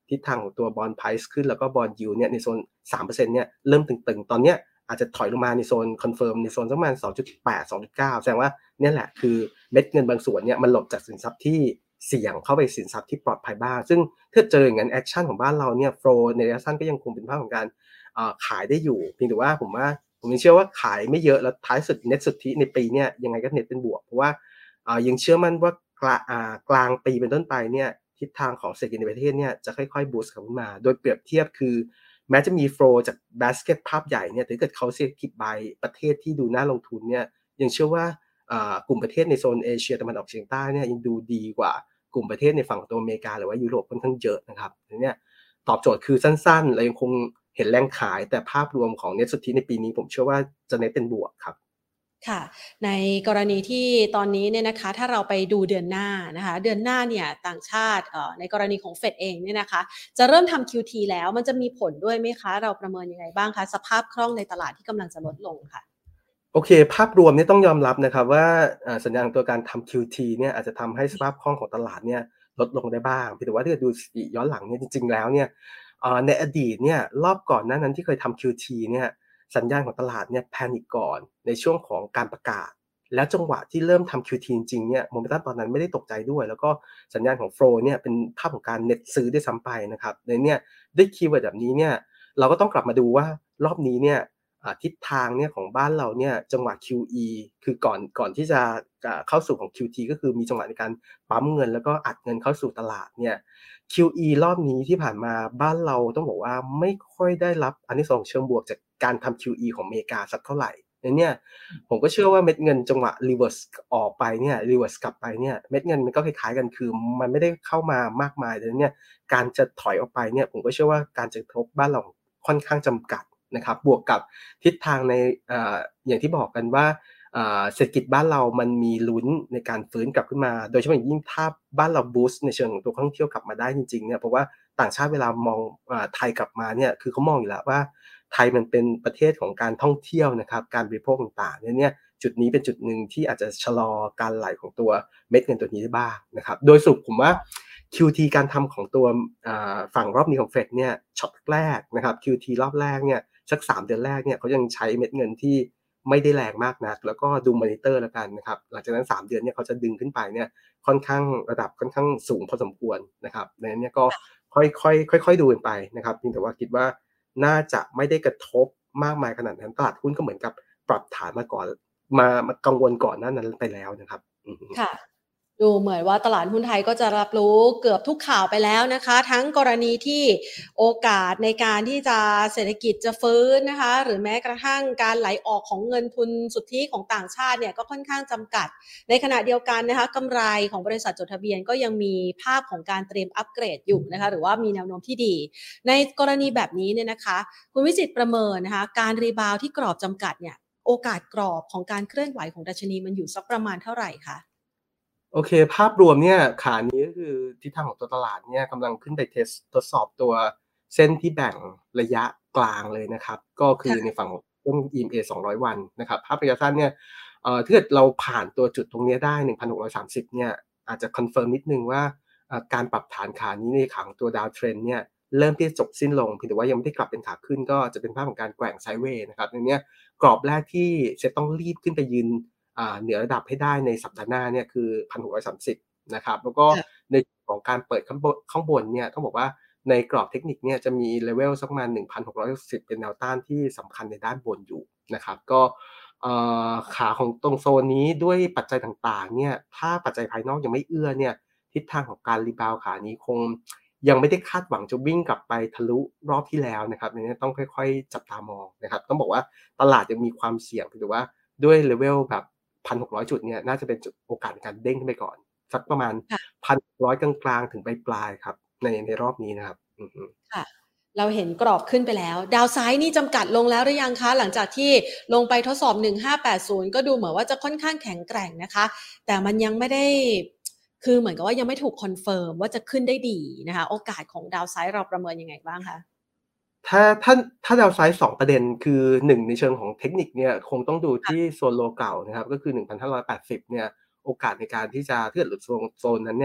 ทิศทางของตัว Bond Price ขึ้นแล้วก็ Bond Yield เนี่ยในโซน สามเปอร์เซ็นต์ เนี่ยเริ่มตึงๆตอนเนี้ยอาจจะถอยลงมาในโซนคอนเฟิร์มในโซนสักประมาณ สองจุดแปด สองจุดเก้า แสดงว่าเนี่ยแหละคือเม็ดเงินบางส่วนเนี่ยมันหลบจากสินทรัพย์ที่เสี่ยงเข้าไปสินทรัพย์ที่ปลอดภัยบ้างซึ่งถ้าเจออย่างนั้นแอคชั่นของบ้านเราเนี่ยโฟลว์ในระยะสั้นก็ยังคงเป็นภาพของการขายได้อยู่เพียงแต่ว่าผมว่าผมยังเชื่อว่าขายไม่เยอะแล้วท้ายสุดเน็ตสุทธิในปีนี้ยังไงก็เน็ตเป็นบวกเพราะว่ายังเชื่อมั่นว่ากลางกลางปีเป็นต้นไปเนี่ยทิศทางของเศรษฐกิจในประเทศเนี่ยจะค่อยๆบูสต์ขึ้นมาโดยเปรียบเทียบคือแม้จะมีโฟลว์จากบาสเกตภาพใหญ่เนี่ยแต่ถ้าเกิดเขาเศรษฐกิจใบประเทศที่ดูน่าลงทุนเนี่ยยังเชื่อว่ากลุ่มประเทศในโซนเอเชียตะวันออกเฉียงใต้เนี่ยยังดูดีกว่ากลุ่มประเทศในฝั่งตัวอเมริกาหรือว่ายุโรปค่อนข้างเยอะนะครับเนี่ยตอบโจทย์คือสั้นๆเรายังคงเห็นแรงขายแต่ภาพรวมของเน็ตสุทธิในปีนี้ผมเชื่อว่าจะเน็ตเป็นบวกครับค่ะในกรณีที่ตอนนี้เนี่ยนะคะถ้าเราไปดูเดือนหน้านะคะเดือนหน้าเนี่ยต่างชาติในกรณีของเฟดเองเนี่ยนะคะจะเริ่มทำ คิว ที แล้วมันจะมีผลด้วยไหมคะเราประเมินยังไงบ้างคะสภาพคล่องในตลาดที่กำลังจะลดลงค่ะโอเคภาพรวมเนี่ยต้องยอมรับนะครับว่าสัญญาณตัวการทำ คิว ที เนี่ยอาจจะทำให้สภาพคล่องของตลาดเนี่ยลดลงได้บ้างแต่ว่าถ้าเกิดดูสถิติย้อนหลังเนี่ยจริงๆแล้วเนี่ยในอดีตเนี่ยรอบก่อนหน้านั้นที่เคยทำ คิว ที เนี่ยสัญญาณของตลาดเนี่ยแพนิคก่อนในช่วงของการประกาศแล้วจังหวะที่เริ่มทำ คิว ที จริงๆเนี่ยโมเมนตัมตอนนั้นไม่ได้ตกใจด้วยแล้วก็สัญญาณของโฟลว์เนี่ยเป็นภาพของการเน็ตซื้อได้ซ้ำไปนะครับในเนี่ยด้วยคีย์เวิร์ดแบบนี้เนี่ยเราก็ต้องกลับมาดูว่ารอบนี้เนี่ยทิศทางเนี่ยของบ้านเราเนี่ยจังหวะ คิว อี คือก่อนก่อนที่จะเข้าสู่ของ คิว ที ก็คือมีจังหวะในการปั๊มเงินแล้วก็อัดเงินเข้าสู่ตลาดเนี่ย คิว อี รอบนี้ที่ผ่านมาบ้านเราต้องบอกว่าไม่ค่อยได้รับอานิสงส์เชิงบวกจากการทำ คิว อี ของอเมริกาสักเท่าไหร่เนี่ยผมก็เชื่อว่าเม็ดเงินจังหวะ reverse ออกไปเนี่ย reverse กลับไปเนี่ยเม็ดเงินมันก็คล้ายๆกันคือมันไม่ได้เข้ามามากมายแต่เนี่ยการจะถอยออกไปเนี่ยผมก็เชื่อว่าการจะกระทบบ้านเราค่อนข้างจำกัดนะครับบวกกับทิศทางในอย่างที่บอกกันว่าเศรษฐกิจบ้านเรามันมีลุ้นในการฟื้นกลับขึ้นมาโดยเฉพาะอย่างยิ่งถ้าบ้านเราบูสต์ในเชิงของตัวท่องเที่ยวกลับมาได้จริงๆเนี่ยเพราะว่าต่างชาติเวลามองไทยกลับมาเนี่ยคือเขามองอยู่แล้วว่าไทยมันเป็นประเทศของการท่องเที่ยวนะครับการบริโภคต่างๆเนี่ยจุดนี้เป็นจุดหนึ่งที่อาจจะชะลอการไหลของตัวเม็ดเงินตัวนี้ได้บ้างนะครับโดยสรุปผมว่า คิว ที การทำของตัวฝั่งรอบนี้ของเฟดเนี่ยช็อตแรกนะครับ คิว ที รอบแรกเนี่ยสักสามเดือนแรกเนี่ยเขายังใช้เม็ดเงินที่ไม่ได้แรงมากนักแล้วก็ดูมอนิเตอร์แล้วกันนะครับหลังจากนั้นสามเดือนเนี่ยเขาจะดึงขึ้นไปเนี่ยค่อนข้างระดับค่อนข้างสูงพอสมควรนะครับดังนั้นเนี่ยก็ค่อยๆค่อยๆดูกันไปนะครับเพียงแต่ว่าคิดว่าน่าจะไม่ได้กระทบมากมายขนาดนั้นตลาดหุ้นก็เหมือนกับปรับฐานมาก่อนมากังวลก่อนหน้านั้นไปแล้วนะครับค่ะดูเหมือนว่าตลาดหุ้นไทยก็จะรับรู้เกือบทุกข่าวไปแล้วนะคะทั้งกรณีที่โอกาสในการที่จะเศรษฐกิจจะฟื้นนะคะหรือแม้กระทั่งการไหลออกของเงินทุนสุทธิของต่างชาติเนี่ยก็ค่อนข้างจำกัดในขณะเดียวกันนะคะกำไรของบริษัทจดทะเบียนก็ยังมีภาพของการเตรียมอัปเกรดอยู่นะคะหรือว่ามีแนวโน้มที่ดีในกรณีแบบนี้เนี่ยนะคะคุณวิจิตรประเมินนะคะการรีบาวที่กรอบจำกัดเนี่ยโอกาสกรอบของการเคลื่อนไหวของดัชนีมันอยู่สักประมาณเท่าไหร่คะโอเคภาพรวมเนี่ยขานี้ก็คือทิศทางของตัวตลาดเนี่ยกำลังขึ้นไปเทสทดสอบตัวเส้นที่แบ่งระยะกลางเลยนะครับก็คือในฝั่งของช่วง อี เอ็ม เอ สองร้อยวันนะครับภาพระยะสั้นเนี่ยเอ่อถ้าเกิดเราผ่านตัวจุดตรงนี้ได้ หนึ่งพันหกร้อยสามสิบ เนี่ยอาจจะคอนเฟิร์มนิดนึงว่าการปรับฐานขานี้ในขาของตัวดาวเทรนเนี่ยเริ่มที่จะจบสิ้นลงเพียงแต่ว่ายังไม่ได้กลับเป็นขาขึ้นก็จะเป็นภาพของการแกว่งไซด์เวย์นะครับในนี้กรอบแรกที่จะต้องรีบขึ้นไปยืนเหนือระดับให้ได้ในสัปดาห์หน้าเนี่ยคือ หนึ่งพันหกร้อยสามสิบ นะครับแล้วก็ในของการเปิดข้างบนข้างบนเนี่ยต้องบอกว่าในกรอบเทคนิคเนี่ยจะมีเลเวลสักประมาณ หนึ่งพันหกร้อยหกสิบ เป็นแนวต้านที่สำคัญในด้านบนอยู่นะครับก็ขาของตรงโซนนี้ด้วยปัจจัยต่างๆเนี่ยถ้าปัจจัยภายนอกยังไม่เอื้อเนี่ยทิศทางของการรีบาวขานี้คงยังไม่ได้คาดหวังจะวิ่งกลับไปทะลุรอบที่แล้วนะครับอันนี้ต้องค่อยๆจับตามองนะครับต้องบอกว่าตลาดยังมีความเสี่ยงหรือว่าด้วยเลเวลแบบ หนึ่งพันหกร้อย จุดเนี่ยน่าจะเป็นจุดโอกาสในการเด้งขึ้นไปก่อนสักประมาณ หนึ่งพันหกร้อย กลางๆถึงปลายๆครับในในรอบนี้นะครับอือฮึค่ะเราเห็นกรอบขึ้นไปแล้วดาวไซด์นี่จำกัดลงแล้วหรือยังคะหลังจากที่ลงไปทดสอบหนึ่งพันห้าร้อยแปดสิบก็ดูเหมือนว่าจะค่อนข้างแข็งแกร่งนะคะแต่มันยังไม่ได้คือเหมือนกับว่ายังไม่ถูกคอนเฟิร์มว่าจะขึ้นได้ดีนะคะโอกาสของดาวไซด์เราประเมินยังไงบ้างคะถ้าถ้าถ้าดาวไซด์สองประเด็นคือหนึ่งในเชิงของเทคนิคเนี่ยคงต้องดูที่โซนโลเก่านะครับก็คือ หนึ่งพันห้าร้อยแปดสิบ เนี่ยโอกาสในการที่จะถ้าเกิดหลุดโซนโซนนั้นเนี่ย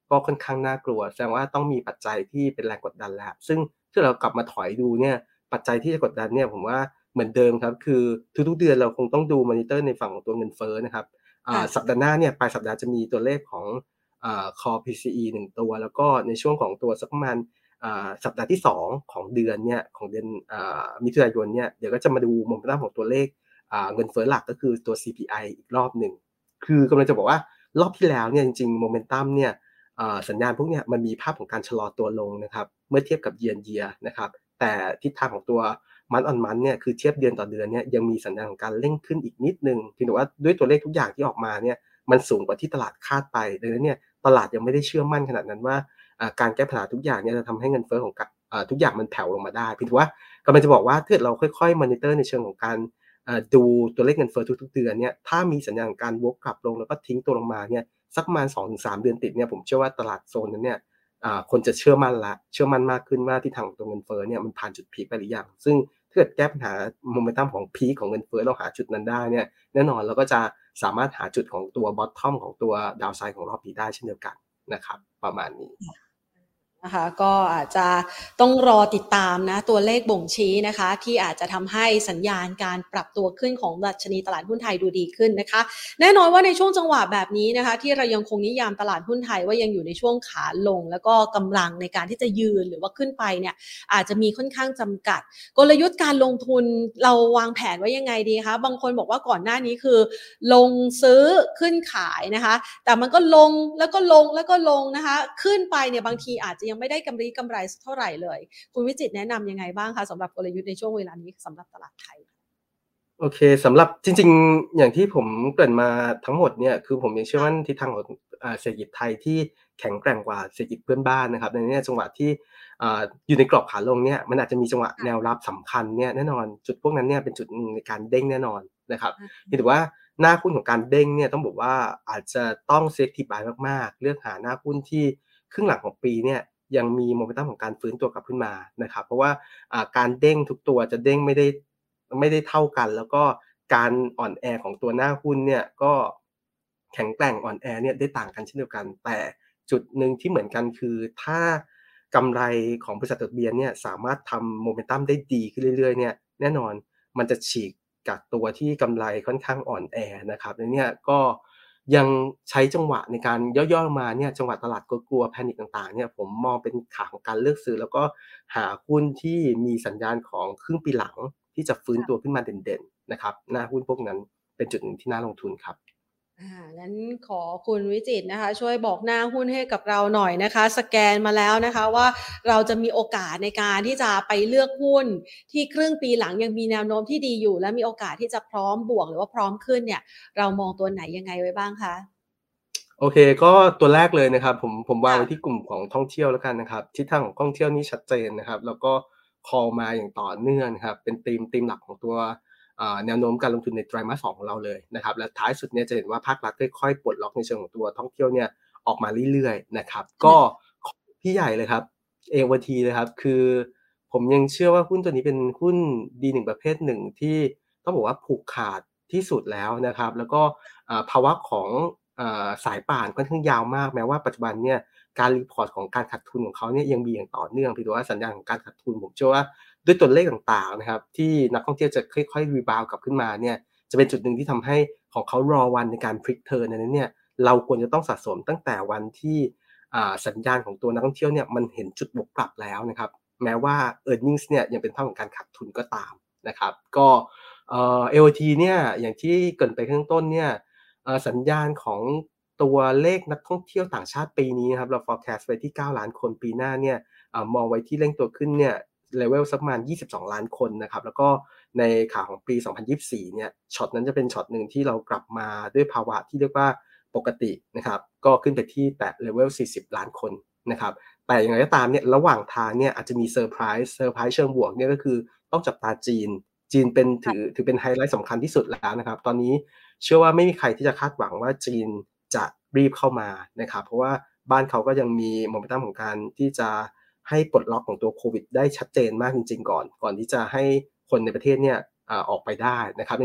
ก็ค่อนข้างน่ากลัวแสดงว่าต้องมีปัจจัยที่เป็นแรงกดดันแล้วซึ่งถ้าเรากลับมาถอยดูเนี่ยปัจจัยที่จะกดดันเนี่ยผมว่าเหมือนเดิมครับคือทุกๆเดือนเราคงต้องดูมอนิเตอร์ในฝั่งของตัวเงินเฟ้อนะครับอ่าสัปค่ะดาห์หน้าเนี่ยปลายสัปดาห์จะมีตัวเลขของอ่า Core พี ซี อี หนึ่งตัวแล้วก็ในช่วงของตัวสักประมาณอ่าสัปดาห์ที่สองของเดือนเนี่ยของเดือนอ่ามิถุนายนเนี่ยเดี๋ยวก็จะมาดูโมเมนตัมของตัวเลขอ่าเงินเฟ้อหลักก็คือตัว ซี พี ไอ อีกรอบหนึ่งคือกำลังจะบอกว่ารอบที่แล้วเนี่ยจริงๆโมเมนตัมเนี่ยอ่าสัญญาณพวกเนี้ยมันมีภาพของการชะลอตัวลงนะครับเมื่อเทียบกับ year on year นะครับแต่ทิศทางของตัว month on month เนี่ยคือเทียบเดือนต่อเดือนเนี่ยยังมีสัญญาณของการเร่งขึ้นอีกนิดหนึ่งเพียงแต่ว่าด้วยตัวเลขทุกอย่างที่ออกมาเนี่ยมันสูงกว่าที่ตลาดคาดไปดังนั้นเนี่ยตลาดยังไม่ได้เชื่อมั่นขนาดนั้นว่าอ่าการแก้ปัญหาทุกอย่างเนี่ยจะทำให้เงินเฟ้อของกะอ่าทุกอย่างมันแผ่วลงมาได้เพียงแต่ว่ากำลังจะบอกว่าถ้าเกิดเราค่อยๆมอนิเตอร์ในเชิงของการอ่าดูตัวเลขเงินเฟ้อทุกๆเดือนเนี่ยถ้ามีสัญญาณของการวกกลับลงแล้วก็ทิ้งตัวลงมาเนี่ยสักประมาณ สองถึงสาม เดือนติดเนี่ยผมเชื่อว่าตลาดโซนนั้นเนี่ยอ่าคนจะเชื่อมั่นแล้วเชื่อมั่นมากขึ้นว่าทิศทางของตัวเงินเฟ้อเนี่ยมันผ่านจุดพีคไปหรือยังซึ่งถ้าเกิดแก้ปัญหาโมเมนตัมของพีคของเงินเฟ้อเราหาจุดนั้นได้เนี่ยแน่นอนเราก็จะสามารถหาจุดของตัว bottom ของตัว downside ของรอบนี้ได้เช่นเดียวกันนะครับประมาณนี้นะคะก็อาจจะต้องรอติดตามนะตัวเลขบ่งชี้นะคะที่อาจจะทำให้สัญญาณการปรับตัวขึ้นของดัชนีตลาดหุ้นไทยดูดีขึ้นนะคะแน่นอนว่าในช่วงจังหวะแบบนี้นะคะที่เรายังคงนิยามตลาดหุ้นไทยว่ายังอยู่ในช่วงขาลงแล้วก็กำลังในการที่จะยืนหรือว่าขึ้นไปเนี่ยอาจจะมีค่อนข้างจำกัดกลยุทธ์การลงทุนเราวางแผนไว้ยังไงดีคะบางคนบอกว่าก่อนหน้านี้คือลงซื้อขึ้นขายนะคะแต่มันก็ลงแล้วก็ลงแล้วก็ลงนะคะขึ้นไปเนี่ยบางทีอาจจะยังไม่ได้กำไรกำไรเท่าไหร่เลยคุณวิจิตรแนะนำยังไงบ้างคะสำหรับกลยุทธ์ในช่วงเวลานี้สำหรับตลาดไทยโอเคสำหรับจริงๆอย่างที่ผมเกริ่นมาทั้งหมดเนี่ยคือผมยังเชื่อมั่นทิศทางของอ่าเศรษฐกิจไทยที่แข็งแกร่งกว่าเศรษฐกิจเพื่อนบ้านนะครับในเนี่ยจังหวะที่อ่าอยู่ในกรอบขาลงเนี่ยมันอาจจะมีจังหวะแนวรับสำคัญเนี่ยแน่นอนจุดพวกนั้นเนี่ยเป็นจุดหนึ่งในการเด้งแน่นอนนะครับเพียงแต่ว่าหน้าหุ้นของการเด้งเนี่ยต้องบอกว่าอาจจะต้อง selective buy มากๆเลือกหาหน้าหุ้นที่ครึ่งหลังของปีเนี่ยยังมีโมเมนตัมของการฟื้นตัวกลับขึ้นมานะครับเพราะว่าอ่าการเด้งทุกตัวจะเด้งไม่ได้ไม่ได้เท่ากันแล้วก็การอ่อนแอของตัวหน้าหุ้นเนี่ยก็แข็งแกร่งอ่อนแอเนี่ยได้ต่างกันเช่นเดียวกันแต่จุดหนึ่งที่เหมือนกันคือถ้ากำไรของบริษัทจดทะเบียนเนี่ยสามารถทำโมเมนตัมได้ดีขึ้นเรื่อยๆเนี่ยแน่นอนมันจะฉีกจากตัวที่กำไรค่อนข้างอ่อนแอนะครับแล้วเนี่ยก็ยังใช้จังหวะในการย่อๆลงมาเนี่ยจังหวะตลาดกลัวๆ panic ต่างๆเนี่ยผมมองเป็นขาของการเลือกซื้อแล้วก็หาหุ้นที่มีสัญญาณของครึ่งปีหลังที่จะฟื้นตัวขึ้นมาเด่นๆนะครับหน้าหุ้นพวกนั้นเป็นจุดหนึ่งที่น่าลงทุนครับอ่างั้นขอคุณวิจิตรนะคะช่วยบอกหน้าหุ้นให้กับเราหน่อยนะคะสแกนมาแล้วนะคะว่าเราจะมีโอกาสในการที่จะไปเลือกหุ้นที่ครึ่งปีหลังยังมีแนวโน้มที่ดีอยู่และมีโอกาสที่จะพร้อมบวกหรือว่าพร้อมขึ้นเนี่ยเรามองตัวไหนยังไงไว้บ้างคะโอเคก็ตัวแรกเลยนะครับผมผมวางไว้ที่ค่ะกลุ่มของท่องเที่ยวแล้วกันนะครับทิศทางของท่องเที่ยวนี่ชัดเจนนะครับแล้วก็คอลมาอย่างต่อเนื่องนะครับเป็นธีมธีมหลักของตัวอ่าแนวโน้มการลงทุนในไตรมาสสองของเราเลยนะครับและท้ายสุดเนี่ยจะเห็นว่าภาครัฐค่อยๆปลดล็อกในเชิงของตัวท่องเที่ยวเนี่ยออกมาเรื่อยๆนะครับก็พี่ใหญ่เลยครับ เอ โอ ที เลยครับคือผมยังเชื่อว่าหุ้นตัวนี้เป็นหุ้นดีหนึ่งประเภทหนึ่งที่ต้องบอกว่าผูกขาดที่สุดแล้วนะครับแล้วก็อ่าภาวะของ อ่าสายป่านค่อนข้างยาวมากแม้ว่าปัจจุบันเนี่ยการรีพอร์ตของการขาดทุนของเขาเนี่ยยังมีอย่างต่อเนื่องเพียงแต่ว่าสัญญาณของการขาดทุนผมเชื่อว่าด้วยตัวเลขต่างๆนะครับที่นักท่องเที่ยวจะค่อยๆรีบาวด์กลับขึ้นมาเนี่ยจะเป็นจุดหนึ่งที่ทำให้ของเขารอวันในการพลิกเทิร์นอันนั้นเนี่ยเราควรจะต้องสะสมตั้งแต่วันที่อ่าสัญญาณของตัวนักท่องเที่ยวเนี่ยมันเห็นจุดบวกกลับแล้วนะครับแม้ว่า earnings เนี่ยยังเป็นภาพของการขาดทุนก็ตามนะครับก็เอ่อ เอ โอ ที เนี่ยอย่างที่เกริ่นไปข้างต้นเนี่ย เอ่อสัญญาณของตัวเลขนักท่องเที่ยวต่างชาติปีนี้นะครับเรา forecast ไว้ที่เก้าล้านคนปีหน้าเนี่ยอ่ามองไว้ที่เร่งตัวขึ้นเนี่ย level สักประมาณยี่สิบสองล้านคนนะครับแล้วก็ในขาของปีสองพันยี่สิบสี่เนี่ยช็อตนั้นจะเป็นช็อตหนึ่งที่เรากลับมาด้วยภาวะที่เรียกว่าปกตินะครับก็ขึ้นไปที่แตะ level สี่สิบล้านคนนะครับแต่อย่างไรก็ตามเนี่ยระหว่างทางเนี่ยอาจจะมีเซอร์ไพรส์เซอร์ไพรส์เชิงบวกเนี่ยก็คือต้องจับตาจีนจีนเป็นถือถือเป็นไฮไลท์สำคัญที่สุดแล้วนะครับตอนนี้ เชื่อว่าไม่มีใครที่จะคาดหวังว่าจีนจะรีบเข้ามานะครับเพราะว่าบ้านเขาก็ยังมีโมเมนตัมของการที่จะให้ปลดล็อกของตัวโควิดได้ชัดเจนมากจริงๆก่อนก่อนที่จะให้คนในประเทศเนี่ยอ่าออกไปได้นะครับในเนี้ย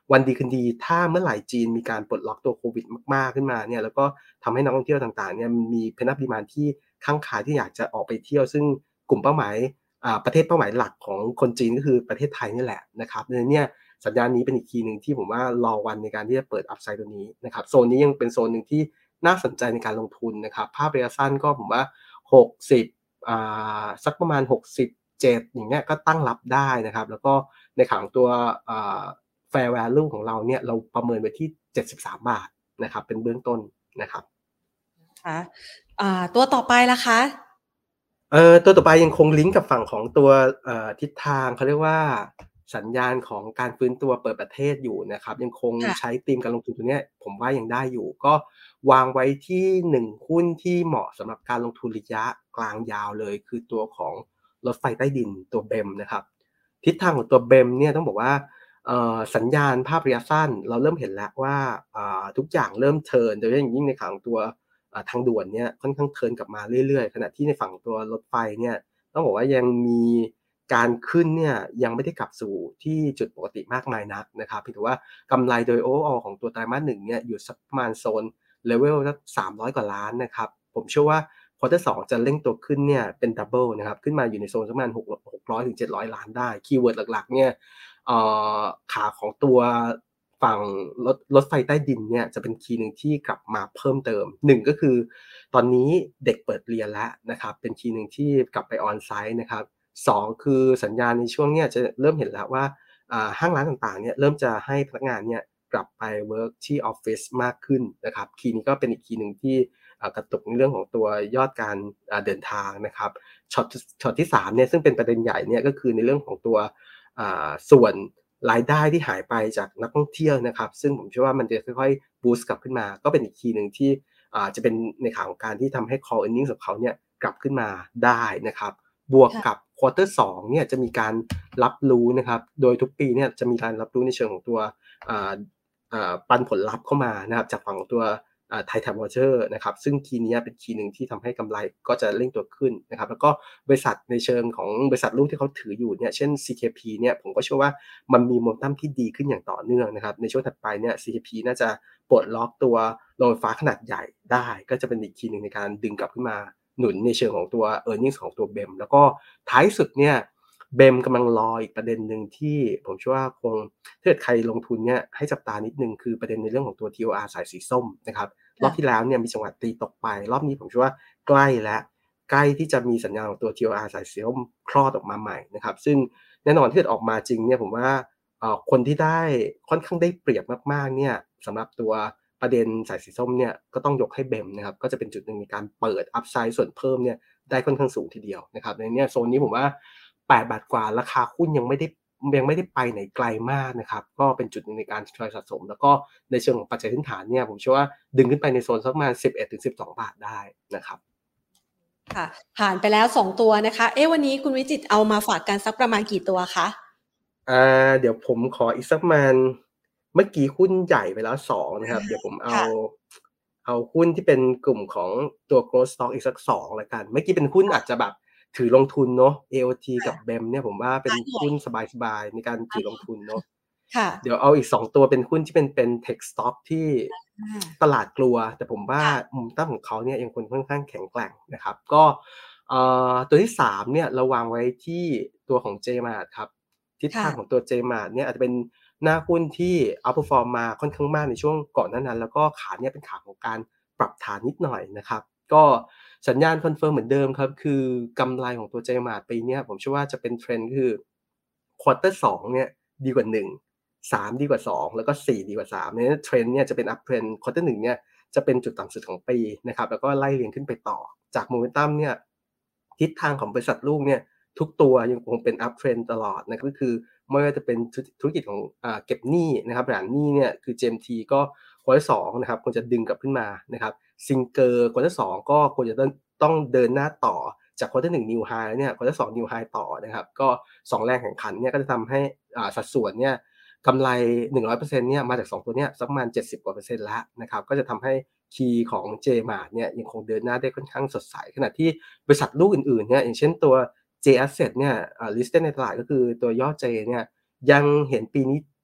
วันดีคืนดีถ้าเมื่อไหร่จีนมีการปลดล็อกตัวโควิดมากๆขึ้นมาเนี่ยแล้วก็ทำให้นักท่องเที่ยวต่างๆเนี่ยมี pent up demand ที่ข้างคายที่อยากจะออกไปเที่ยวซึ่งกลุ่มเป้าหมายอ่าประเทศเป้าหมายหลักของคนจีนก็คือประเทศไทยนี่แหละนะครับดังนั้นเนี่ยสัญญาณนี้เป็นอีกทีหนึ่งที่ผมว่ารอวันในการที่จะเปิด upside ตัวนี้นะครับโซนนี้ยังเป็นโซนหนึ่งที่น่าสนใจในการลงทุนนะครับภาพระยะสั้นก็ผมว่าหกสิบอ่าสักประมาณหกสิบเจ็ดอย่างเงี้ยก็ตั้งรับได้นะครับแล้วก็ในข่าวของตัวอ่า fair value ของเราเนี่ยเราประเมินไว้ที่เจ็ดสิบสามบาทนะครับเป็นเบื้องต้นนะครับค่ะอ่าตัวต่อไปล่ะคะเอ่อตัวต่อไปยังคงลิงก์กับฝั่งของตัวเอ่อทิศทางเขาเรียกว่าสัญญาณของการฟื้นตัวเปิดประเทศอยู่นะครับยังคงใช้ค่ะธีมการลงทุนตัวเนี้ยผมว่ายังได้อยู่ก็วางไว้ที่หนึ่งหุ้นที่เหมาะสำหรับการลงทุนระยะกลางยาวเลยคือตัวของรถไฟใต้ดินตัว บี อี เอ็ม นะครับทิศทางของตัว บี อี เอ็ม เนี่ยต้องบอกว่าเอ่อสัญญาณภาพระยะสั้นเราเริ่มเห็นแล้วว่าอ่าทุกอย่างเริ่มเทิร์นโดยเฉพาะอย่างยิ่งในข่าวของตัว อ่าทางด่วนเนี่ยค่อนข้างเทิร์นกลับมาเรื่อยๆขณะที่ในฝั่งตัวรถไฟเนี่ยต้องบอกว่ายังมีการขึ้นเนี่ยยังไม่ได้กลับสู่ที่จุดปกติมากมายนักนะครับเพียงแต่ว่ากำไรโดย overall ของตัวไตรมาสหนึ่งเนี่ยอยู่สักประมาณโซน level สักสามร้อยกว่าล้านนะครับผมเชื่อว่า ควอเตอร์ สองจะเร่งตัวขึ้นเนี่ยเป็นดับเบิลนะครับขึ้นมาอยู่ในโซนสักประมาณหก หกร้อยถึงเจ็ดร้อยล้านได้คีย์เวิร์ดหลักๆเนี่ยเอ่อขาของตัวฝั่งรถรถไฟใต้ดินเนี่ยจะเป็นคีย์หนึ่งที่กลับมาเพิ่มเติมหนึ่งก็คือตอนนี้เด็กเปิดเรียนแล้วนะครับเป็นคีย์หนึ่งที่กลับไป on-site นะครับสองคือสัญญาณในช่วงเนี้ยจะเริ่มเห็นแล้วว่าอ่าห้างร้านต่างๆเนี่ยเริ่มจะให้พนักงานเนี่ยกลับไปเวิร์กที่ออฟฟิศมากขึ้นนะครับคีย์นี้ก็เป็นอีกคีย์หนึ่งที่อ่ากระตุกในเรื่องของตัวยอดการอ่าเดินทางนะครับช็อตช็อตที่สามเนี่ยซึ่งเป็นประเด็นใหญ่เนี่ยก็คือในเรื่องของตัวอ่าส่วนรายได้ที่หายไปจากนักท่องเที่ยวนะครับซึ่งผมเชื่อว่ามันจะค่อยๆบูสต์กลับขึ้นมาก็เป็นอีกคีย์หนึ่งที่อ่าจะเป็นในข่าวของการที่ทำให้ Core Earnings ของเขาเนี่ยกลับขึ้นมาได้นะครับบวกกับค่ะควอเตอร์ สองเนี่ยจะมีการรับรู้นะครับโดยทุกปีเนี่ยจะมีการรับรู้ในเชิงของตัวอ่าอ่าปันผลลัพธ์เข้ามานะครับจากฝั่งของตัวอ่า Thai Time Voucher นะครับซึ่งคีย์เนี้ยเป็นคีย์หนึ่งที่ทำให้กำไรก็จะเร่งตัวขึ้นนะครับแล้วก็บริษัทในเชิงของบริษัทลูกที่เขาถืออยู่เนี่ยเช่น ซี เค พี เนี่ยผมก็เชื่อว่ามันมีโมเมนตัมที่ดีขึ้นอย่างต่อเนื่องนะครับในช่วงถัดไปเนี่ย ซี เค พี น่าจะปลดล็อกตัวโรงไฟฟ้าขนาดใหญ่ได้ก็จะเป็นอีกคีย์หนึ่งในการดึงกลับขึ้นมาหนุนในเชิงของตัว Earnings ของตัว บี อี เอ็ม แล้วก็ท้ายสุดเนี่ย เบมกำลังรออีกประเด็นหนึ่งที่ผมเชื่อว่าคงถ้าเกิดใครลงทุนเนี่ยให้จับตานิดหนึ่งคือประเด็นในเรื่องของตัว ที โอ อาร์ สายสีส้มนะครับรอบที่แล้วเนี่ยมีจังหวะตีตกไปรอบนี้ผมเชื่อว่าใกล้แล้วใกล้ที่จะมีสัญญาณของตัว ที โอ อาร์ สายสีส้มคลอดออกมาใหม่นะครับซึ่งแน่นอนถ้าเกิดออกมาจริงเนี่ยผมว่าเอ่อคนที่ได้ค่อนข้างได้เปรียบมากๆเนี่ยสำหรับตัวประเด็นสายสีส้มเนี่ยก็ต้องยกให้เบมนะครับก็จะเป็นจุดหนึ่งในการเปิดอัพไซด์ส่วนเพิ่มเนี่ยได้ค่อนข้างสูงทีเดียวนะครับในเนี้ยโซนนี้ผมว่า แปดบาทกว่าราคาหุ้นยังไม่ได้ยังไม่ได้ไปไหนไกลมากนะครับก็เป็นจุดหนึ่งในการทยอยสะสมแล้วก็ในเชิงของปัจจัยพื้นฐานเนี่ยผมเชื่อว่าดึงขึ้นไปในโซนสักประมาณสิบเอ็ดถึงสิบสองบาทได้นะครับค่ะผ่านไปแล้วสองตัวนะคะเอ๊ะวันนี้คุณวิจิตรเอามาฝากกันสักประมาณกี่ตัวคะอ่าเดี๋ยวผมขออีกสักประมาณเมื่อกี้หุ้นใหญ่ไปแล้วสองนะครับเดี๋ยวผมเอาค่ะเอาหุ้นที่เป็นกลุ่มของตัว Growth Stock อีกสักสองแล้วกันเมื่อกี้เป็นหุ้นอาจจะแบบถือลงทุนเนาะ เอ โอ ที กับ บี อี เอ็ม เนี่ยผมว่าเป็นหุ้นสบายๆในการถือลงทุนเนาะค่ะเดี๋ยวเอาอีกสองตัวเป็นหุ้นที่เป็นเป็น Tech Stock ที่อาตลาดกลัวแต่ผมว่าค่ะมุมตั้งของเขาเนี่ยยังคงค่อนข้างแข็งแกร่งนะครับก็เอ่อตัวที่สามเนี่ยเราวางไว้ที่ตัวของ J-Mart ครับทิศทางของค่ะตัว J-Mart เนี่ยอาจจะเป็นหน้าหุ้นที่ outperform มาค่อนข้างมากในช่วงก่อนหน้านั้นแล้วก็ขาเนี่ยเป็นขาของการปรับฐานนิดหน่อยนะครับก็สัญญาณคอนเฟิร์มเหมือนเดิมครับคือกำไรของตัว J-Mart ปีเนี้ยผมเชื่อว่าจะเป็น trend คือ ควอเตอร์ สองเนี่ยดีกว่าหนึ่ง สามดีกว่าสองแล้วก็สี่ดีกว่าสามในนั้น trend เนี่ยจะเป็น up trendควอเตอร์ หนึ่งเนี่ยจะเป็นจุดต่ำสุดของปีนะครับแล้วก็ไล่เรียงขึ้นไปต่อจาก Momentum เนี่ยทิศทางของบริษัทลูกเนี่ยทุกตัวยังคงเป็น up trend ตลอดนะครับก็คือไม่ว่าจะเป็นธุธุรกิจของอ่าเก็บหนี้นะครับบริหารหนี้เนี่ยคือ เจ เอ็ม ที ก็ ควอเตอร์ สองนะครับควรจะดึงกลับขึ้นมานะครับ Singer ควอเตอร์ สองก็ควรจะต้องต้องเดินหน้าต่อจาก ควอเตอร์ หนึ่ง New High แล้วเนี่ย ควอเตอร์ สอง New High ต่อนะครับก็สองแรงแข่งขันเนี่ยก็จะทำให้อ่าสัดส่วนเนี่ยกำไร หนึ่งร้อยเปอร์เซ็นต์ เปอร์เซ็นต์เนี่ยมาจากสองตัวเนี้ยสักประมาณเจ็ดสิบกว่าเปอร์เซ็นต์แล้วนะครับก็จะทำให้คีย์ของ J-Mart เนี่ยยังคงเดินหน้าได้ค่อนข้างสดใสขณะที่บริษัทลูกอื่นๆเนี่ยอย่างเช่นตัว J Asset เนี่ยอ่า listed ในตลาดก็คือตัวย่อ J เนี่ยยังเห็นปีนี้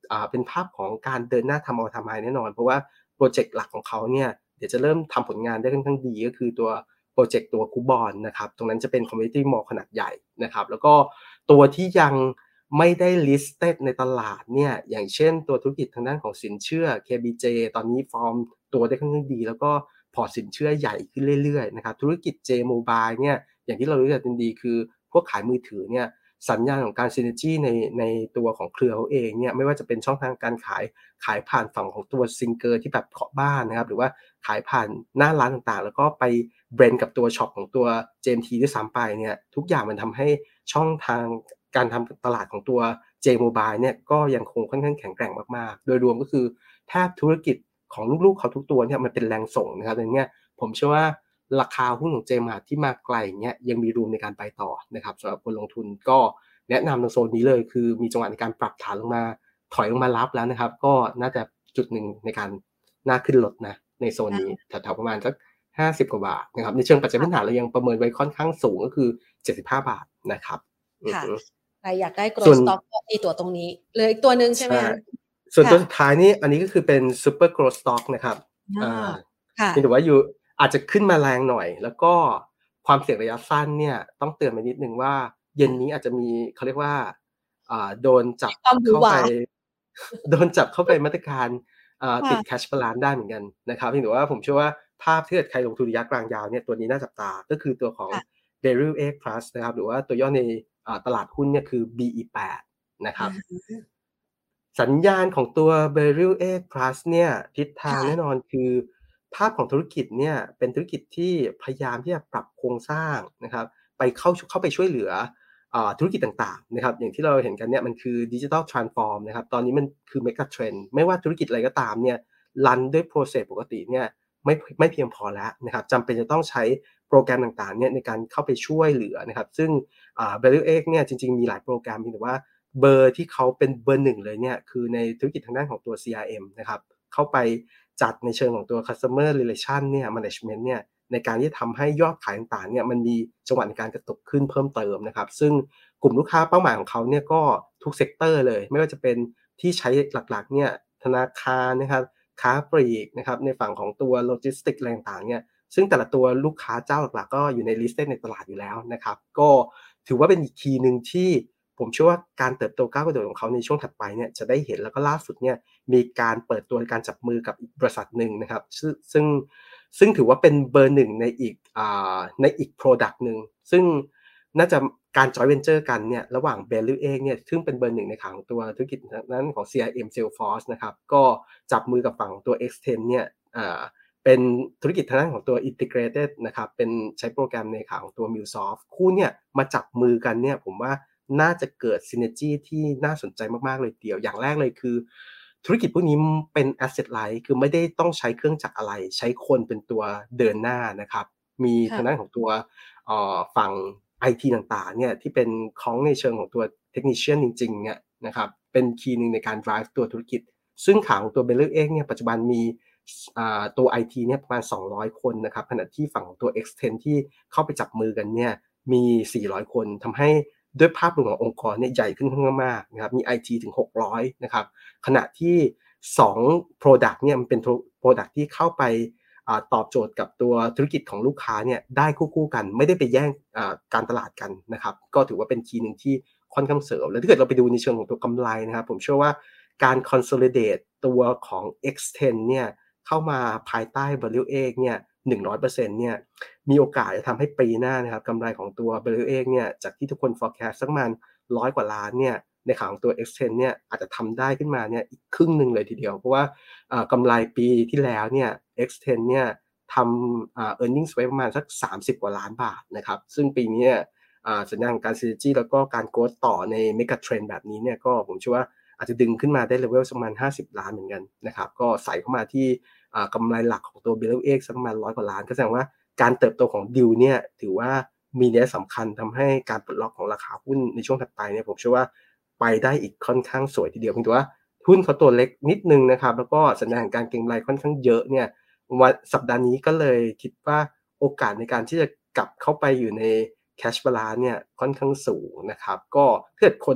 อ่าเป็นภาพของการเดินหน้าทำ All Time High แน่นอนเพราะว่าพรอเจกต์หลักของเขาเนี่ยเดี๋ยวจะเริ่มทำผลงานได้ค่อนข้างดีก็คือตัวพรอเจกต์ตัว Coupon นะครับตรงนั้นจะเป็น Community Mall ขนาดใหญ่นะครับแล้วก็ตัวที่ยังไม่ได้ listed ในตลาดเนี่ยอย่างเช่นตัวธุรกิจทางด้านของสินเชื่อ เค บี เจ ตอนนี้ฟอร์มตัวได้ค่อนข้างดีแล้วก็พอร์ตสินเชื่อใหญ่ขึ้นเรื่อยๆนะครับธุรกิจ J Mobile เนี่ยอย่างที่เรารู้จักกันดีคือพวกขายมือถือเนี่ยสัญญาณของการ synergy ในในตัวของเครือเขาเองเนี่ยไม่ว่าจะเป็นช่องทางการขายขายผ่านฝั่งของตัวซิงเกอร์ที่แบบเคาะบ้านนะครับหรือว่าขายผ่านหน้าร้านต่างๆแล้วก็ไปเบรนกับตัวช็อปของตัว เจ เอ็ม ที ด้วยซ้ำไปเนี่ยทุกอย่างมันทำให้ช่องทางการทำตลาดของตัว J Mobile เนี่ยก็ยังคงค่อนข้างแข็งแกร่งมากๆโดยรวมก็คือแทบธุรกิจของลูกๆเขาทุกตัวเนี่ยมันเป็นแรงส่งนะครับดังนั้นผมเชื่อว่าราคาหุ้นของ J Mart ที่มาไกลอย่างเงี้ยยังมีรูมในการไปต่อนะครับสำหรับคนลงทุนก็แนะนำในโซนนี้เลยคือมีจังหวะในการปรับฐานลงมาถอยลงมารับแล้วนะครับก็น่าจะจุดหนึ่งในการน่าขึ้นรถนะในโซนนี้แถวๆประมาณสักห้าสิบกว่าบาทนะครับในเชิงปัจจัยพื้นฐานเรายังประเมินไว้ค่อนข้างสูงก็คือเจ็ดสิบห้าบาทนะครับค่ะใครอยากได้ส่ว growth น stock ก็มีตัวตรงนี้เหลืออีกตัวหนึ่งใช่ไหมใช่คะส่วนตัวค่ะสุดท้ายนี่อันนี้ก็คือเป็น Super Growth Stock นะครับอาอ่าค่ะเพียงแต่ว่าอยู่อาจจะขึ้นมาแรงหน่อย แล้วก็ความเสี่ยงระยะสั้นเนี่ยต้องเตือนไว้นิดหนึ่งว่าเย็นนี้อาจจะมีเขาเรียกว่าอ่าโดนจับมีความหวือเข้าไปหวาโดนจับเข้าไปมาตรการอ่าติดค่ะ Cash Balance ได้เหมือนกันนะครับเพียงแต่ว่าผมเชื่อว่าภาพถ้าเกิดใครลงทุนระยะกลางยาวเนี่ยตัวนี้น่าจับตาก็คือตัวของค่ะ Beryl X Plus นะครับหรือว่าตัวย่อในอ่าตลาดหุ้นเนี่ยคือ บี อี แปด นะครับอะฮะสัญญาณของตัว Beryl X Plus เนี่ยทิศทางแน่นค่ะอนคือภาพของธุรกิจเนี่ยเป็นธุรกิจที่พยายามที่จะปรับโครงสร้างนะครับไปเข้าเข้าไปช่วยเหลืออ่าธุรกิจต่างๆนะครับอย่างที่เราเห็นกันเนี่ยมันคือ Digital Transform นะครับตอนนี้มันคือ Mega Trend ไม่ว่าธุรกิจอะไรก็ตามเนี่ยรันด้วย process ปกติเนี่ยไม่ไม่เพียงพอแล้วนะครับจำเป็นจะต้องใช้โปรแกรมต่างๆเนี่ยในการเข้าไปช่วยเหลือนะครับซึ่งอ่า Beryl X เนี่ยจริงๆมีหลายโปรแกรมเพียงแต่ว่า เบอร์ที่เขาเป็นเบอร์หนึ่งเลยเนี่ยคือในธุรกิจทางด้านของตัว ซี อาร์ เอ็ม นะครับเข้าไปจัดในเชิงของตัว Customer Relation เนี่ย Management เนี่ยในการที่จะทำให้ยอดขายต่างๆเนี่ยมันมีจังหวะในการกระตุกขึ้นเพิ่มเติมนะครับซึ่งกลุ่มลูกค้าเป้าหมายของเขาเนี่ยก็ทุกเซกเตอร์เลยไม่ว่าจะเป็นที่ใช้หลักๆเนี่ยธนาคารนะครับค้าปลีกนะครับในฝั่งของตัวโลจิสติกส์อะไรต่างๆเนี่ยซึ่งแต่ละตัวลูกค้าเจ้าหลักๆก็อยู่ใน listed ในตลาดอยู่แล้วนะครับก็ถือว่าเป็นอีกคีย์หนึ่งที่ผมเชื่อว่าการเติบโตก้าวกระโดดของเขาในช่วงถัดไปเนี่ยจะได้เห็นแล้วก็ล่าสุดเนี่ยมีการเปิดตัวการจับมือกับอีกบริษัทหนึ่งนะครับซึ่งซึ่งซึ่งถือว่าเป็นเบอร์หนึ่งในอีกอ่าในอีก product หนึ่งซึ่งน่าจะการ joint venture กันเนี่ยระหว่าง Beryl เองเนี่ยซึ่งเป็นเบอร์หนึ่งในขาของตัวธุรกิจนั้นของ ซี อาร์ เอ็ม Salesforce นะครับก็จับมือกับฝั่งตัว เอ็กซ์ เท็น เนี่ยอ่าเป็นธุรกิจทางด้านของตัว integrated นะครับเป็นใช้โปรแกรมในขาของตัว MuleSoft คู่เนี่ยมาจับมือกันเนี่ยผมว่าน่าจะเกิด synergy ที่น่าสนใจมากๆเลยทีเดียวอย่างแรกเลยคือธุรกิจพวกนี้เป็น asset light คือไม่ได้ต้องใช้เครื่องจักรอะไรใช้คนเป็นตัวเดินหน้านะครับมีทางด้านค่ะของตัวเอ่อฝั่งไอทีต่างๆเนี่ยที่เป็นของในเชิงของตัว technician จริงๆเนี่ยนะครับเป็นคีย์หนึ่งในการ drive ตัวธุรกิจซึ่งขาของตัว Beryl เองเนี่ยปัจจุบันมีอ่าตัวไอทีเนี่ยประมาณสองร้อยคนนะครับขณะที่ฝั่งของตัว เอ็กซ์ เท็น ที่เข้าไปจับมือกันเนี่ยมีสี่ร้อยคนทำให้ด้วยภาพรวมขององค์กรเนี่ยใหญ่ขึ้นค่อนข้างมากนะครับมีไอทีถึงหกร้อยนะครับขณะที่สอง product เนี่ยมันเป็น product ที่เข้าไปอ่าตอบโจทย์กับตัวธุรกิจของลูกค้าเนี่ยได้คู่ๆกันไม่ได้ไปแย่งอ่าการตลาดกันนะครับก็ถือว่าเป็นคีย์หนึ่งที่ค่อนข้างเสริมแล้วถ้าเกิดเราไปดูในเชิงของตัวกำไรนะครับผมเชื่อว่าการ consolidate ตัวของ เอ็กซ์ เท็น เนี่ยเข้ามาภายใต้ Beryl X เนี่ย หนึ่งร้อยเปอร์เซ็นต์ เนี่ยมีโอกาสจะทำให้ปีหน้านะครับกำไรของตัว Beryl X เนี่ยจากที่ทุกคน forecast สักประมาณร้อยกว่าล้านเนี่ยในขาของตัว เอ็กซ์ เท็น เนี่ยอาจจะทำได้ขึ้นมาเนี่ยอีกครึ่งหนึ่งเลยทีเดียวเพราะว่าอ่ากำไรปีที่แล้วเนี่ย เอ็กซ์ เท็น เนี่ยทำอ่า earnings ไว้ประมาณสักสามสิบกว่าล้านบาทนะครับซึ่งปีนี้เนี่ยอ่าสัญญาณของการ synergy แล้วก็การ growth ต่อใน mega trend แบบนี้เนี่ยก็ผมเชื่อว่าอาจจะดึงขึ้นมาได้ level ประมาณห้าสิบล้านเหมือนกันนะครับก็ใส่เข้ามาที่อ่ากำไรหลักของตัว Beryl X สักประมาณร้อยกว่าล้านก็แสดงว่าการเติบโตของดิวเนี่ยถือว่ามีนัยสำคัญทำให้การปลดล็อกของราคาหุ้นในช่วงถัดไปเนี่ยผมเชื่อว่าไปได้อีกค่อนข้างสวยทีเดียวเพียงแต่ว่าหุ้นเขาตัวเล็กนิดนึงนะครับแล้วก็สัญญาณการเก็งกำไรค่อนข้างเยอะเนี่ยวันสัปดาห์นี้ก็เลยคิดว่าโอกาสในการที่จะกลับเข้าไปอยู่ใน cash balance เนี่ยค่อนข้างสูงนะครับก็ถ้าเกิดคน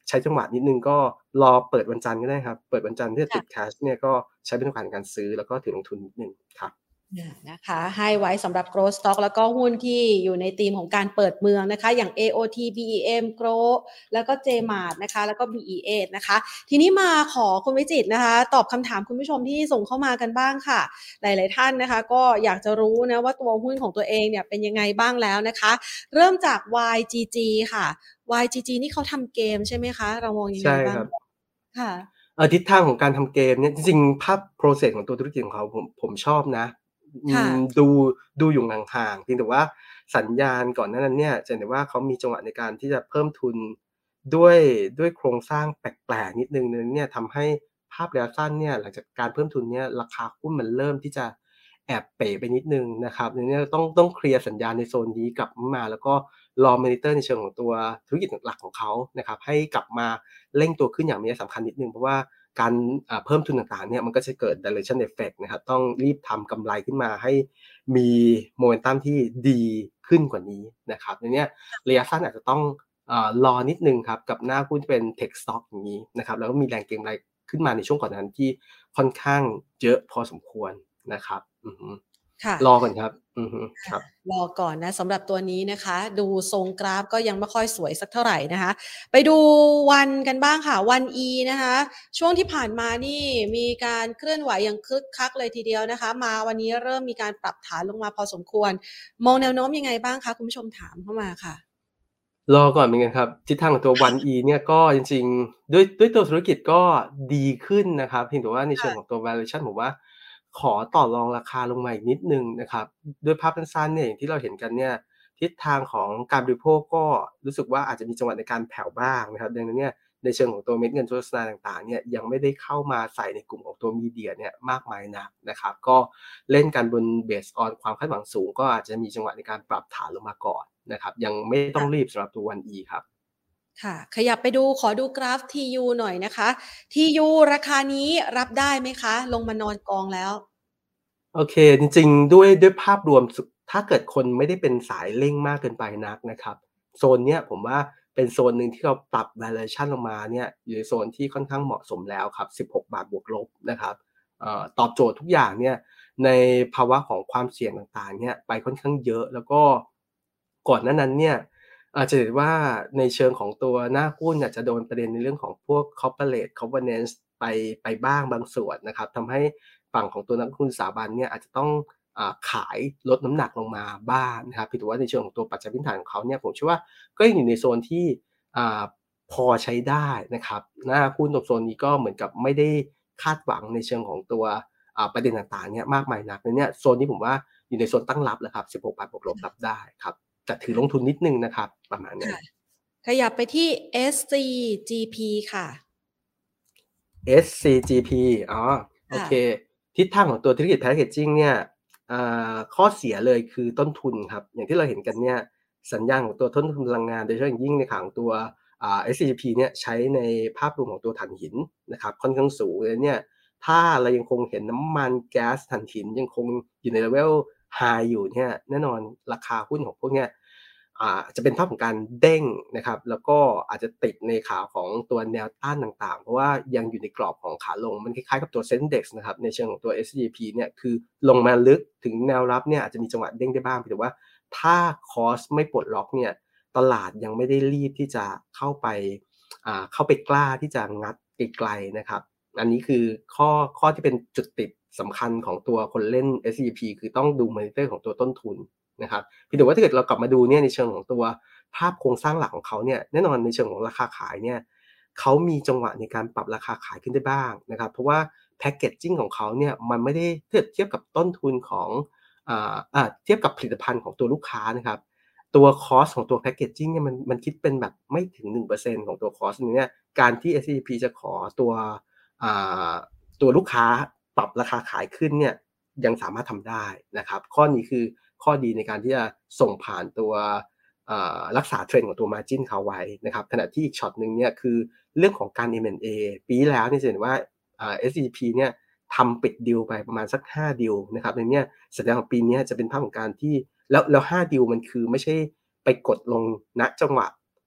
ใช้จังหวะนิดนึงก็รอเปิดวันจันทร์ก็ได้ครับเปิดวันจันทร์ที่จะติดแคชเนี่ยก็ใช้เป็นโอกาสในการซื้อแล้วก็ถือลงทุนนิดนึงครับนะคะให้ไว้สำหรับ growth stock แล้วก็หุ้นที่อยู่ในธีมของการเปิดเมืองนะคะอย่าง เอ โอ ที บี อี เอ็ม Growth แล้วก็ J-Mart นะคะแล้วก็ บี อี เอช นะคะทีนี้มาขอคุณวิจิตรนะคะตอบคำถามคุณผู้ชมที่ส่งเข้ามากันบ้างค่ะหลายๆท่านนะคะก็อยากจะรู้นะว่าตัวหุ้นของตัวเองเนี่ยเป็นยังไงบ้างแล้วนะคะเริ่มจาก วาย จี จี ค่ะ วาย จี จี นี่เขาทำเกมใช่ไหมคะเรามองยังไงใช่บ้างครับค่ะเอ่อทิศทางของการทำเกมเนี่ยจริงๆภาพ process ของตัวธุรกิจของเขาผมผมชอบนะอืค่ะมดูดูอยู่ห่างๆเพียงแต่ว่าสัญญาณก่อนหน้านั้นเนี่ยจะเห็นได้ว่าเขามีจังหวะในการที่จะเพิ่มทุนด้วยด้วยโครงสร้างแปลกๆนิดหนึ่งนั้นเนี่ยทำให้ภาพระยะสั้นเนี่ยหลังจากการเพิ่มทุนเนี่ยราคาหุ้นมันเริ่มที่จะแอบเป๋ไปนิดหนึ่งนะครับดังนั้นเนี่ยต้องต้องเคลียร์สัญญาณในโซนนี้กลับมาแล้วก็รอ monitor ในเชิงของตัวธุรกิจหลักของเขานะครับให้กลับมาเร่งตัวขึ้นอย่างมีนัยสำคัญนิดหนึ่งเพราะว่า การอ่าเพิ่มทุนต่างๆเนี่ยมันก็จะเกิด dilution effect นะครับต้องรีบทำกำไรขึ้นมาให้มีโมเมนตัมที่ดีขึ้นกว่านี้นะครับในเนี้ยระยะสั้นอาจจะต้องอ่ารอนิดหนึ่งครับกับหน้าหุ้นที่เป็น Tech Stock อย่างงี้นะครับแล้วก็มีแรงเก็งกำไรขึ้นมาในช่วงก่อนหน้านั้นที่ค่อนข้างเยอะพอสมควรนะครับอือฮึค่ะรอก่อนครับอือฮึครับรอก่อนนะสำหรับตัวนี้นะคะดูทรงกราฟก็ยังไม่ค่อยสวยสักเท่าไหร่นะคะไปดูวันกันบ้างค่ะวัน E นะคะช่วงที่ผ่านมานี่มีการเคลื่อนไหวอย่างคึกคักเลยทีเดียวนะคะมาวันนี้เริ่มมีการปรับฐานลงมาพอสมควรมองแนวโน้มยังไงบ้างคะคุณผู้ชมถามเข้ามาค่ะรอก่อนเหมือนกันครับทิศทางของตัว วัน อี เนี่ยก็จริงๆด้วยด้วยตัวธุรกิจก็ดีขึ้นนะครับเพียงแต่ว่าในเชิงของตัว valuation ผมว่าขอต่อรองราคาลงมาอีกนิดหนึ่งนะครับด้วยภาพสั้นๆเนี่ยอย่างที่เราเห็นกันเนี่ยทิศทางของการบริโภคก็รู้สึกว่าอาจจะมีจังหวะในการแผ่วบ้างนะครับดังนั้นเนี่ยในเชิงของตัวเม็ดเงินโฆษณาต่างๆเนี่ยยังไม่ได้เข้ามาใส่ในกลุ่มของตัว media เนี่ยมากมายนักนะครับก็เล่นกันบน based on ความคาดหวังสูงก็อาจจะมีจังหวะในการปรับฐานลงมาก่อน นะครับยังไม่ต้องรีบสำหรับตัว วัน อี ครับค่ะขยับไปดูขอดูกราฟ ที ยู หน่อยนะคะ ที ยู ราคานี้รับได้ไหมคะลงมานอนกองแล้วโอเคจริงๆด้วยด้วยภาพรวมสุถ้าเกิดคนไม่ได้เป็นสายเร่งมากเกินไปนักนะครับโซนเนี้ยผมว่าเป็นโซนหนึ่งที่เราปรับ valuation ลงมาเนี่ยอยู่ในโซนที่ค่อนข้างเหมาะสมแล้วครับสิบหกบาทบวกลบนะครับเอ่อตอบโจทย์ทุกอย่างเนี่ยในภาวะของความเสี่ยงต่างๆเนี่ยไปค่อนข้างเยอะแล้วก็ก่อนหน้านั้นเนี่ย อาจจะเห็นว่าในเชิงของตัวหน้าหุ้นอาจจะโดนประเด็นในเรื่องของพวก corporate governance ไปไปบ้างบางส่วนนะครับทำให้ฝั่งของตัวนักลงทุนสถาบันเนี่ยอาจจะต้องอ่าขายลดน้ำหนักลงมาบ้างนะครับเพียงแต่ว่าในเชิงของตัวปัจจัยพื้นฐานของเขาเนี่ยผมเชื่อว่าก็ยังอยู่ในโซนที่อ่าพอใช้ได้นะครับหน้าหุ้นตรงโซนนี้ก็เหมือนกับไม่ได้คาดหวังในเชิงของตัวอ่าประเด็นต่างๆเนี่ยมากมายนักดังนั้นเนี่ยโซนนี้ผมว่าอยู่ในโซนตั้งรับแล้วครับสิบหกบาทบวกลบรับได้ครับ แต่ถือลงทุนนิดหนึ่งนะครับประมาณนั้นค่ะขยับไปที่ เอส ซี จี พี ค่ะเอส ซี จี พี อ๋อโอค่ะเคทิศทางของตัวธุรกิจ Packaging เนี่ยอ่าข้อเสียเลยคือต้นทุนครับอย่างที่เราเห็นกันเนี่ยสัญญาณของตัวต้นทุนพลังงานโดยเฉพาะอย่างยิ่งในข่าวของตัวอ่า เอส ซี จี พี เนี่ยใช้ในภาพรวมของตัวถ่านหินนะครับค่อนข้างสูงเลยเนี่ยถ้าเรายังคงเห็นน้ำมันแก๊สถ่านหินยังคงอยู่ใน level high อยู่เนี่ยแน่นอนราคาหุ้นของพวกเนี้ย อ่าจะเป็นภาพของการเด้งนะครับแล้วก็อาจจะติดในขาของตัวแนวต้านต่างๆเพราะว่ายังอยู่ในกรอบของขาลงมันคล้ายๆกับตัว Sendex นะครับในเชิงของตัว เอส ซี จี พี เนี่ยคือลงมาลึกถึงแนวรับเนี่ยอาจจะมีจังหวะเด้งได้บ้างแต่ว่าถ้าคอสไม่ปลดล็อกเนี่ยตลาดยังไม่ได้รีบที่จะเข้าไปอ่าเข้าไปกล้าที่จะงัดไกลๆนะครับอันนี้คือข้อข้อที่เป็นจุดติดสำคัญของตัวคนเล่น เอส ซี จี พี คือต้องดูมอนิเตอร์ของตัวต้นทุนนะครับ เพียงแต่ว่าถ้าเกิดเรากลับมาดูเนี่ยในเชิงของตัวภาพโครงสร้างหลักของเขาเนี่ยแน่นอนในเชิงของราคาขายเนี่ยเขามีจังหวะในการปรับราคาขายขึ้นได้บ้างนะครับเพราะว่าแพ็กเกจจิ้งของเขาเนี่ยมันไม่ได้เทียบเทียบกับต้นทุนของอ่าอ่าเทียบกับผลิตภัณฑ์ของตัวลูกค้านะครับตัวคอสของตัวแพ็กเกจจิ้งเนี่ยมันมันคิดเป็นแบบไม่ถึงหนึ่งเปอร์เซ็นต์ของตัวคอสตรงเนี้ยการที่ เอส ซี จี พี จะขอตัวอ่าตัวลูกค้าปรับราคาขายขึ้นเนี่ยยังสามารถทำได้นะครับข้อนี้คือ ข้อดีในการที่จะส่งผ่านตัวรักษาเทรนด์ของตัว margin เขาไว้นะครับขณะที่อีกช็อตหนึ่งเนี่ยคือเรื่องของการ เอ็ม แอนด์ เอ ปีที่แล้วเนี่ยจะเห็นว่า เอส ซี จี พี เนี่ยทำปิดดีลไปประมาณสักห้าดีลนะครับในนี้แสดงว่าปีนี้จะเป็นภาพของการที่แล้วแล้วห้าดีลมันคือไม่ใช่ไปกดลงณจังหวะ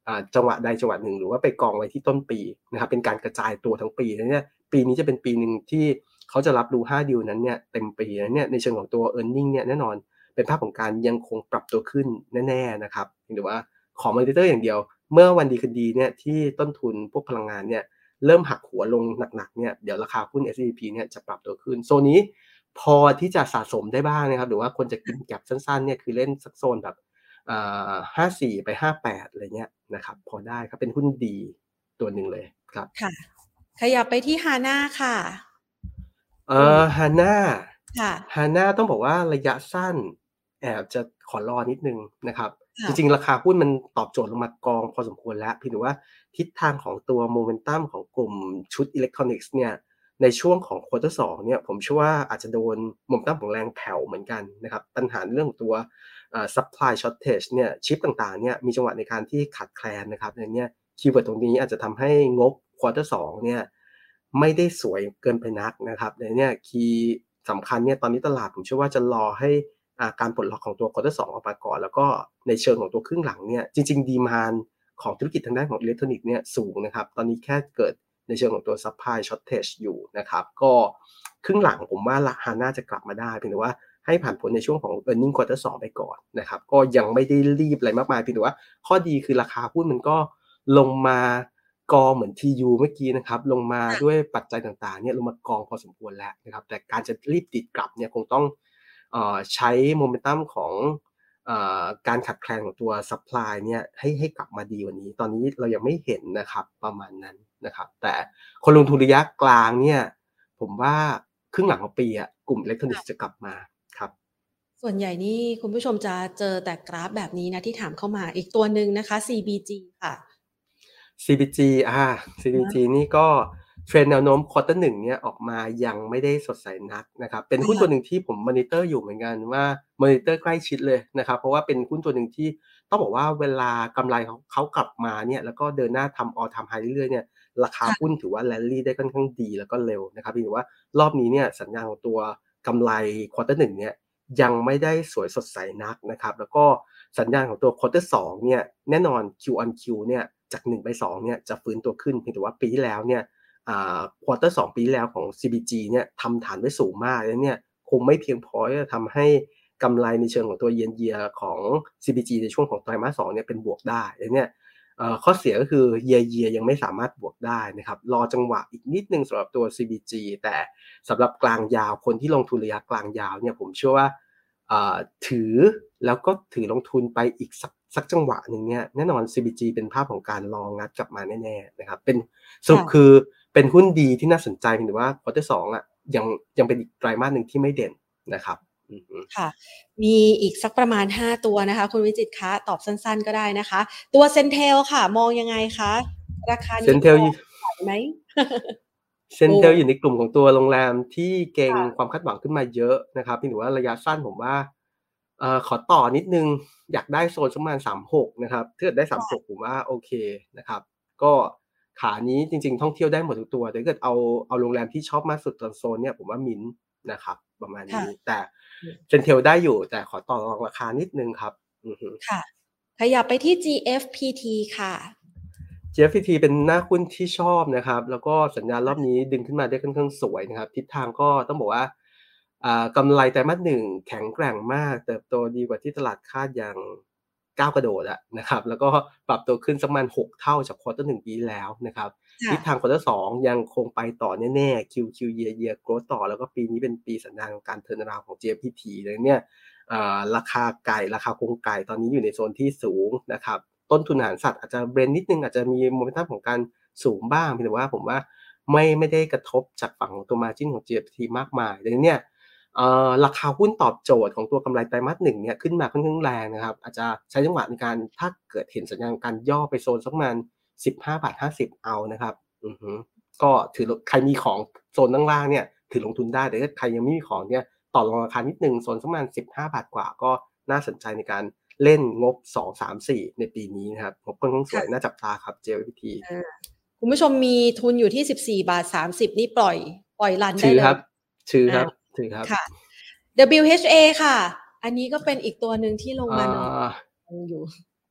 อ่าจังหวะใดจังหวะหนึ่งหรือว่าไปกองไว้ที่ต้นปีนะครับเป็นการกระจายตัวทั้งปีแล้วเนี่ยปีนี้จะเป็นปีนึงที่เขาจะรับรู้ห้าดีลนั้นเนี่ยเต็มปีแล้วเนี่ยในเชิงของตัว earning เนี่ยแน่นอนเป็นภาพของการยังคงปรับตัวขึ้นแน่ๆนะครับหรือว่าขอมอนิเตอร์อย่างเดียวเมื่อวันดีคืนดีเนี่ยที่ต้นทุนพวกพลังงานเนี่ยเริ่มหักหัวลงหนักๆเนี่ยเดี๋ยวราคาหุ้น เอส แอนด์ พี เนี่ยจะปรับตัวขึ้นโซนนี้พอที่จะสะสมได้บ้างนะครับหรือว่าคนจะกินแก็ปสั้นๆเนี่ยคือเล่นสักโซนแบบอ่าห้าสิบสี่ไปห้าสิบแปดอะไรเงี้ยนะครับพอได้ครับเป็นหุ้นดีตัวหนึ่งเลยครับค่ะขยับไปที่ Hana ค่ะเอ่อ Hana ค่ะ Hana ต้องบอกว่าระยะสั้นแอบจะขอรอนิดนึงนะครับจค่ะริงๆราคาหุ้นมันตอบโจทย์ลงมากองพอสมควรแล้วเพียงแต่ว่าทิศทางของตัวโมเมนตัมของกลุ่มชุดอิเล็กทรอนิกส์เนี่ยในช่วงของควอเตอร์สองเนี่ยผมเชื่อว่าอาจจะโดนโมเมนตัมของแรงแผ่วเหมือนกันนะครับปัญหาเรื่องของตัวอ่า supply shortage เนี่ยชิปต่างๆเนี่ยมีจังหวะในการที่ขาดแคลนนะครับในเนี้ยคีย์เวิร์ดตรงนี้อาจจะทำให้งบควอเตอร์สองเนี่ยไม่ได้สวยเกินไปนักนะครับในเนี้ยคีย์สำคัญเนี่ยตอนนี้ตลาดผมเชื่อว่าจะรอให้อ่าการปลดล็อกของตัวควอเตอร์สองออกมาก่อนแล้วก็ในเชิงของตัวครึ่งหลังเนี่ยจริงๆ demand ของธุรกิจทางด้านของอิเล็กทรอนิกส์เนี่ยสูงนะครับตอนนี้แค่เกิดในเชิงของตัว supply shortage อยู่นะครับก็ครึ่งหลังผมว่าราคาน่าจะกลับมาได้เพียงแต่ว่าให้ผ่านผลในช่วงของ earning quarter สองไปก่อนนะครับก็ยังไม่ได้รีบอะไรมากมายเพียงแต่ว่าข้อดีคือราคาหุ้นมันก็ลงมากองเหมือน ที ยู เมื่อกี้นะครับลงมาด้วยปัจจัยต่างๆเนี่ยลงมากองพอสมควรแล้วนะครับแต่การจะรีบติดกลับเนี่ยคงต้องเอ่อใช้โมเมนตัมของเอ่อการขาดแคลนของตัว supply เนี่ยให้ให้กลับมาดีกว่านี้ตอนนี้เรายังไม่เห็นนะครับประมาณนั้นนะครับแต่คนลงทุนระยะกลางเนี่ยผมว่าครึ่งหลังของปีอะกลุ่มอิเล็กทรอนิกส์จะกลับมาครับส่วนใหญ่นี่คุณผู้ชมจะเจอแต่กราฟแบบนี้นะที่ถามเข้ามาอีกตัวหนึ่งนะคะ ซี บี จี ค่ะซี บี จี อ่า ซี บี จี นี่ก็เทรนด์แนวโน้มควอเตอร์หนึ่งเนี่ยออกมายังไม่ได้สดใสนักนะครับเป็นหุ้นตัวหนึ่งที่ผมมอนิเตอร์อยู่เหมือนกันว่ามอนิเตอร์ใกล้ชิดเลยนะครับเพราะว่าเป็นหุ้นตัวหนึ่งที่ต้องบอกว่าเวลากำไรของเขากลับมาเนี่ยแล้วก็เดินหน้าทำ all time high เรื่อยๆเนี่ยราคาหุ้นถือว่า rally ได้ค่อนข้างดีแล้วก็เร็วนะครับเพียงแต่ว่ารอบนี้เนี่ยสัญญาณของตัวกำไรควอเตอร์หนึ่งเนี่ยยังไม่ได้สวยสดใสนักนะครับแล้วก็สัญญาณของตัวควอเตอร์สองเนี่ยแน่นอน Q on Q เนี่ยจากหนึ่งไปสองเนี่ยจะฟื้นตัวขึ้นเพียงแต่ว่าปีที่แล้วเนี่ยอ่าควอเตอร์สองปีที่แล้วของ ซี บี จี เนี่ยทำฐานไว้สูงมากแล้วเนี่ยคงไม่เพียงพอที่จะทำให้กำไรในเชิงของตัว year year ของ ซี บี จี ในช่วงของไตรมาสสองเนี่ยเป็นบวกได้แล้วเนี่ยเอ่อข้อเสียก็คือ year year ยังไม่สามารถบวกได้นะครับรอจังหวะอีกนิดนึงสำหรับตัว ซี บี จี แต่สำหรับกลางยาวคนที่ลงทุนระยะกลางยาวเนี่ยผมเชื่อว่าอ่าถือแล้วก็ถือลงทุนไปอีกสักสักจังหวะหนึ่งเนี่ยแน่นอน ซี บี จี เป็นภาพของการรองัดกลับมาแน่ๆนะครับเป็นสรุปคือเป็นหุ้นดีที่น่าสนใจเพียงแต่ว่าควอเตอร์สองอ่ะยังยังเป็นอีกไตรมาสหนึ่งที่ไม่เด่นนะครับค่ะมีอีกสักประมาณห้าตัวนะคะคุณวิจิตรคะตอบสั้นๆก็ได้นะคะตัวเซนเทลค่ะมองยังไงคะราคานี้พอไหวไหมเซนเทลอยู่ในกลุ่มของตัวโรงแรมที่เก็งความคาดหวังขึ้นมาเยอะนะครับเพียงแต่ว่าระยะสั้นผมว่าเอ่อขอต่อนิดนึงอยากได้โซนสักประมาณสามสิบหกนะครับถ้าเกิดได้สามสิบหกผมว่าโอเคนะครับก็ขานี้จริงๆท่องเที่ยวได้หมดทุกตัวแต่ถ้าเกิดเอาเอาโรงแรมที่ชอบมากสุดตอนโซนเนี่ยผมว่ามิ้นท์นะครับประมาณนี้แต่เซนเทลได้อยู่แต่ขอต่อรองราคานิดนึงครับอือฮึค่ะขยับไปที่ จี เอฟ พี ที ค่ะจี เอฟ พี ที เป็นหน้าหุ้นที่ชอบนะครับแล้วก็สัญญาณรอบนี้ดึงขึ้นมาได้ค่อนข้างสวยนะครับทิศทางก็ต้องบอกว่าอ่ากำไรไตรมาสหนึ่งแข็งแกร่งมากเติบโตดีกว่าที่ตลาดคาดอย่างก้าวกระโดดอะนะครับแล้วก็ปรับตัวขึ้นสักประมาณหกเท่าจากควอเตอร์หนึ่งปีที่แล้วนะครับทิศทางควอเตอร์สองยังคงไปต่อแน่ๆ คิว คิว year year growth ต่อแล้วก็ปีนี้เป็นปีสัญญาณของการ turn around ของ จี เอฟ พี ที เลยเนี่ยอ่าราคาไก่ราคาโครงไก่ตอนนี้อยู่ในโซนที่สูงนะครับต้นทุนอาหารสัตว์อาจจะเบรนนิดนึงอาจจะมีโมเมนตัมของการสูงบ้างเพียงแต่ว่าผมว่าไม่ไม่ได้กระทบจากฝั่งของตัว margin ของ จี เอฟ พี ที มากมายดังนั้นเนี่ยเอ่อราคาหุ้นตอบโจทย์ของตัวกำไรไตรมาสหนึ่งเนี่ยขึ้นมาค่อนข้างแรงนะครับอาจจะใช้จังหวะในการถ้าเกิดเห็นสัญญาณการย่อไปโซนสักประมาณสิบห้าบาทห้าสิบเอานะครับอือฮึก็ถือใครมีของโซนล่างๆเนี่ยถือลงทุนได้แต่ถ้าใครยังไม่มีของเนี่ยต่อรองราคานิดนึงโซนสักประมาณสิบห้าบาทกว่าก็น่าสนใจในการเล่นงบสอง สาม สี่ในปีนี้นะครับงบค่อนข้างสวยน่าจับตาครับ จี เอฟ พี ทีคุณผู้ชมมีทุนอยู่ที่สิบสี่บาทสามสิบนี่ปล่อยปล่อยรันได้เลยถือครับถือครับถือครับค่ะ ดับเบิลยู เอช เอ ค่ะอันนี้ก็เป็นอีกตัวหนึ่งที่ลงมาหน่อยอยู่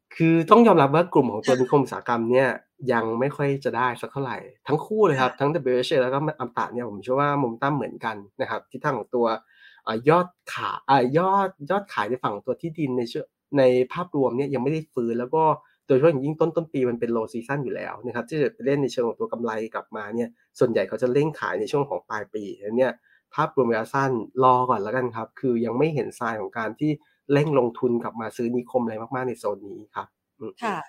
คือต้องยอมรับว่ากลุ่มของตัวนิคมอุตสาหกรรมเนี่ยยังไม่ค่อยจะได้สักเท่าไรทั้งคู่เลยครับทั้ค่ะง ดับเบิลยู เอช เอ แล้วก็มอัมตะเนี่ยผมเชื่อว่าโมเมนตัมเหมือนกันนะครับทิศทางของตัวอ่ายอดขา อ่ายอดยอดขายในฝั่งของตัวที่ดินในช่วงในภาพรวมเนี่ยยังไม่ได้ฟื้นแล้วก็โดยเฉพาะอย่างยิ่งต้นต้นปีมันเป็น low season อยู่แล้วนะครับที่จะไปเล่นในเชิงของตัวกำไรกลับมาเนี่ยส่วนใหญ่เขาจะเร่งขายในช่วงของปลายปีฉะนั้นเนี่ยภาพรวมระยะสั้นรอก่อนแล้วกันครับคือยังไม่เห็น sign ของการที่เร่งลงทุนกลับมาซื้อนิคมอะไรมากๆในโซนนี้ครับอือฮึค่ะ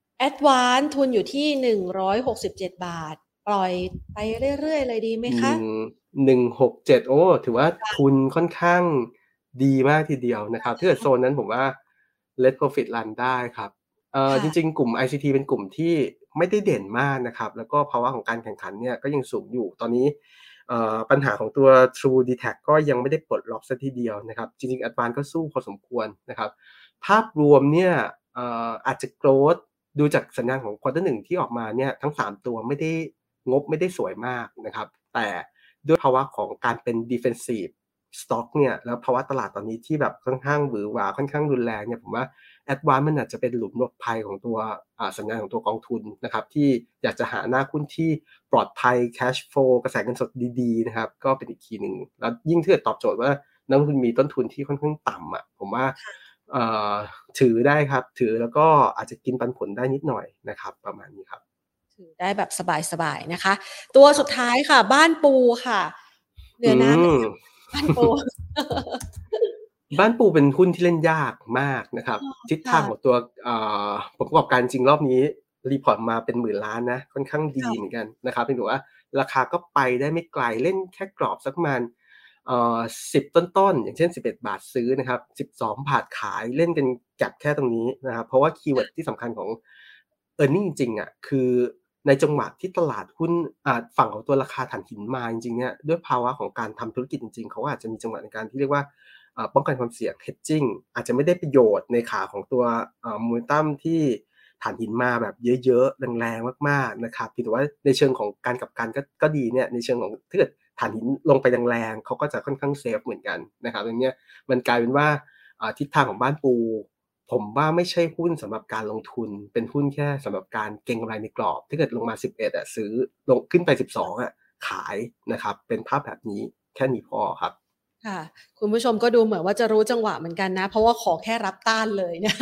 Advance ทุนอยู่ที่หนึ่งร้อยหกสิบเจ็ดบาทปล่อยไปเรื่อยๆเลยดีไหมอืคะมหนึ่งร้อยหกสิบเจ็ดโอ้ถือว่าทุนค่อนข้างดีมากทีเดียวนะครับถ้าเกิดโซนนั้นผมว่า Let Profit Run ได้ครับเอ่อจริงค่ะๆกลุ่ม ไอ ซี ที เป็นกลุ่มที่ไม่ได้เด่นมากนะครับแล้วก็ภาวะของการแข่งขันเนี่ยก็ยังสูงอยู่ตอนนี้เอ่อปัญหาของตัว True ดี แท็ก ก็ยังไม่ได้ปลดล็อกเสียทีเดียวนะครับจริงๆ Advance ก็สู้พอสมควรนะครับภาพรวมเนี่ยเอ่ออาจจะ growth ดูจากสัญญาณของ ควอเตอร์ หนึ่งที่ออกมาเนี่ยทั้งสามตัวไม่ได้งบไม่ได้สวยมากนะครับแต่ด้วยภาวะของการเป็น defensive stock เนี่ยแล้วภาวะตลาดตอนนี้ที่แบบค่อนข้างหวือหวาค่อนข้างรุนแรงเนี่ยผมว่า Advance มันอาจจะเป็นหลุมหลบภัยของตัวอ่าสัญญาณของตัวกองทุนนะครับที่อยากจะหาหน้าหุ้นที่ปลอดภัย cash flow กระแสเงินสดดีๆนะครับก็เป็นอีกคีย์หนึ่งแล้วยิ่งถ้าเกิดตอบโจทย์ว่านักลงทุนมีต้นทุนที่ค่อนข้างต่ำอะผมว่าเอ่อถือได้ครับถือแล้วก็อาจจะกินปันผลได้นิดหน่อยนะครับประมาณนี้ครับถือได้แบบสบายๆนะคะตัวสุดครับท้ายค่ะบ้านปูค่ะเหนือือน้ำไหมมคะบ้านปูบ้านปูเป็นหุ้นที่เล่นยากมากนะครับอ้อทิศทางของค่ะตัวอ่าผลประกอบการจริงรอบนี้รีพอร์ตมาเป็นหมื่นล้านนะค่อนข้างดีเหมืค่ะอนกันนะครับเพียงแต่ว่าราคาก็ไปได้ไม่ไกลเล่นแค่กรอบสักประมาณเอ่อสิบต้นๆอย่างเช่นสิบเอ็ดบาทซื้อนะครับสิบสองบาทขายเล่นกันแก็บแค่ตรงนี้นะครับเพราะว่าคีย์เวิร์ดที่สำคัญของ earning จริงๆอะคือในจังหวะที่ตลาดหุ้นอ่าฝั่งของตัวราคาถ่านหินมาจริงๆเนี่ยด้วยภาวะของการทำธุรกิจจริงๆเขาอาจจะมีจังหวะในการที่เรียกว่า อ่าป้องกันความเสี่ยง hedging อาจจะไม่ได้ประโยชน์ในขาของตัวอ่า Momentum ที่ถ่านหินมาแบบเยอะๆแรงๆมากๆนะครับเพียงแต่ว่าในเชิงของการกลับกันก็ก็ดีเนี่ยในเชิงของถ้าเกิดถ่านหินลงไปแรงๆเขาก็จะค่อนข้างเซฟเหมือนกันนะครับตรงเนี้ยมันกลายเป็นว่าอ่าทิศทางของบ้านปูผมว่าไม่ใช่หุ้นสำหรับการลงทุนเป็นหุ้นแค่สำหรับการเก็งกำไรในกรอบถ้าเกิดลงมาสิบเอ็ดอะซื้อลงขึ้นไปสิบสองอะขายนะครับเป็นภาพแบบนี้แค่นี้พอครับค่ะคุณผู้ชมก็ดูเหมือนว่าจะรู้จังหวะเหมือนกันนะเพราะว่าขอแค่รับต้านเลยเนี่ย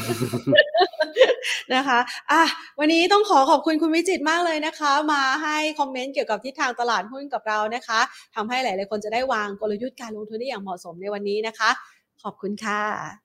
นะคะอ่ะวันนี้ต้องขอขอบคุณคุณวิจิตรมากเลยนะคะมาให้คอมเมนต์เกี่ยวกับทิศทางตลาดหุ้นกับเรานะคะทำให้หลายๆคนจะได้วางกลยุทธ์การลงทุนได้อย่างเหมาะสมในวันนี้นะคะขอบคุณค่ะ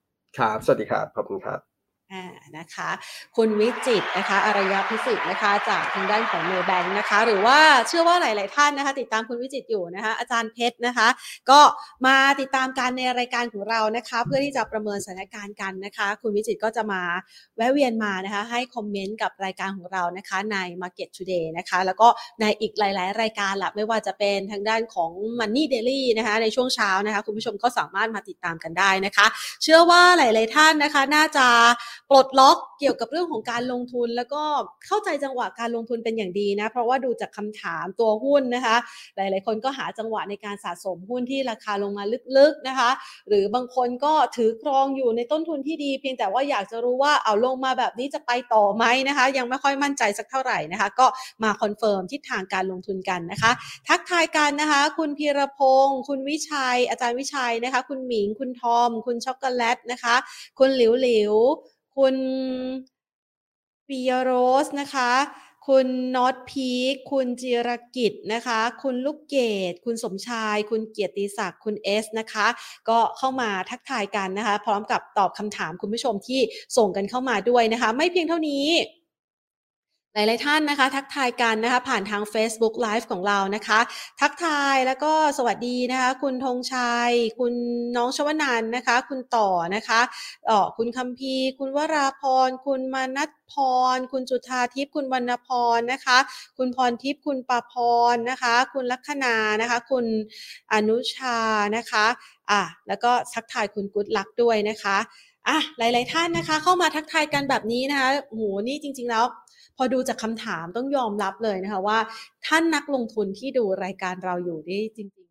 ครับสวัสดีครับขอบคุณครับอ่านะคะคุณวิจิตรนะคะอารยพิสิทธิ์นะคะจากทางด้านของเมย์แบงค์นะคะหรือว่าเชื่อว่าหลายๆท่านนะคะติดตามคุณวิจิตรอยู่นะคะอาจารย์เพชรนะคะก็มาติดตามการในรายการของเรานะคะเพื่อที่จะประเมินสถานการณ์กันนะคะคุณวิจิตรก็จะมาแวะเวียนมานะคะให้คอมเมนต์กับรายการของเรานะคะใน Market Today นะคะแล้วก็ในอีกหลายๆรายการแหละไม่ว่าจะเป็นทางด้านของ Money Daily นะคะในช่วงเช้านะคะคุณผู้ชมก็สามารถมาติดตามกันได้นะคะเชื่อว่าหลายๆท่านนะคะน่าจะปลดล็อกเกี่ยวกับเรื่องของการลงทุนแล้วก็เข้าใจจังหวะการลงทุนเป็นอย่างดีนะเพราะว่าดูจากคำถามตัวหุ้นนะคะหลายๆคนก็หาจังหวะในการสะสมหุ้นที่ราคาลงมาลึกๆนะคะหรือบางคนก็ถือครองอยู่ในต้นทุนที่ดีเพียงแต่ว่าอยากจะรู้ว่าเอาลงมาแบบนี้จะไปต่อไหมนะคะยังไม่ค่อยมั่นใจสักเท่าไหร่นะคะก็มาคอนเฟิร์มทิศทางการลงทุนกันนะคะทักทายกันนะคะคุณพีรพงศ์คุณวิชัยอาจารย์วิชัยนะคะคุณหมิงคุณทอมคุณช็อกโกแลตนะคะคุณหลิวหลิวคุณปิยโรสนะคะคุณน็อตพีคคุณจิรกิจนะคะคุณลูกเกดคุณสมชายคุณเกียรติศักดิ์คุณเอสนะคะก็เข้ามาทักทายกันนะคะพร้อมกับตอบคำถามคุณผู้ชมที่ส่งกันเข้ามาด้วยนะคะไม่เพียงเท่านี้ หลายๆท่านนะคะทักทายกันนะคะผ่านทาง Facebook Live ของเรานะคะทักทายแล้วก็สวัสดีนะคะคุณธงชัยคุณน้องชวนันท์นะคะคุณต่อนะคะเอ่อคุณคัมพีร์คุณวราพรคุณมานัทพรคุณจุธาทิพย์คุณวรรณพรนะคะคุณพรทิพย์คุณปาพรนะคะคุณลัคนานะคะคุณอนุชานะคะอ่ะแล้วก็ทักทายคุณกุ๊ดลักษณ์ด้วยนะคะอ่ะหลายๆท่านนะคะเข้ามาทักทายกันแบบนี้นะคะโอ้โหนี่จริงๆแล้ว พอดูจากคำถามต้องยอมรับเลยนะคะว่าท่านนักลงทุนที่ดูรายการเราอยู่นี่จริงๆ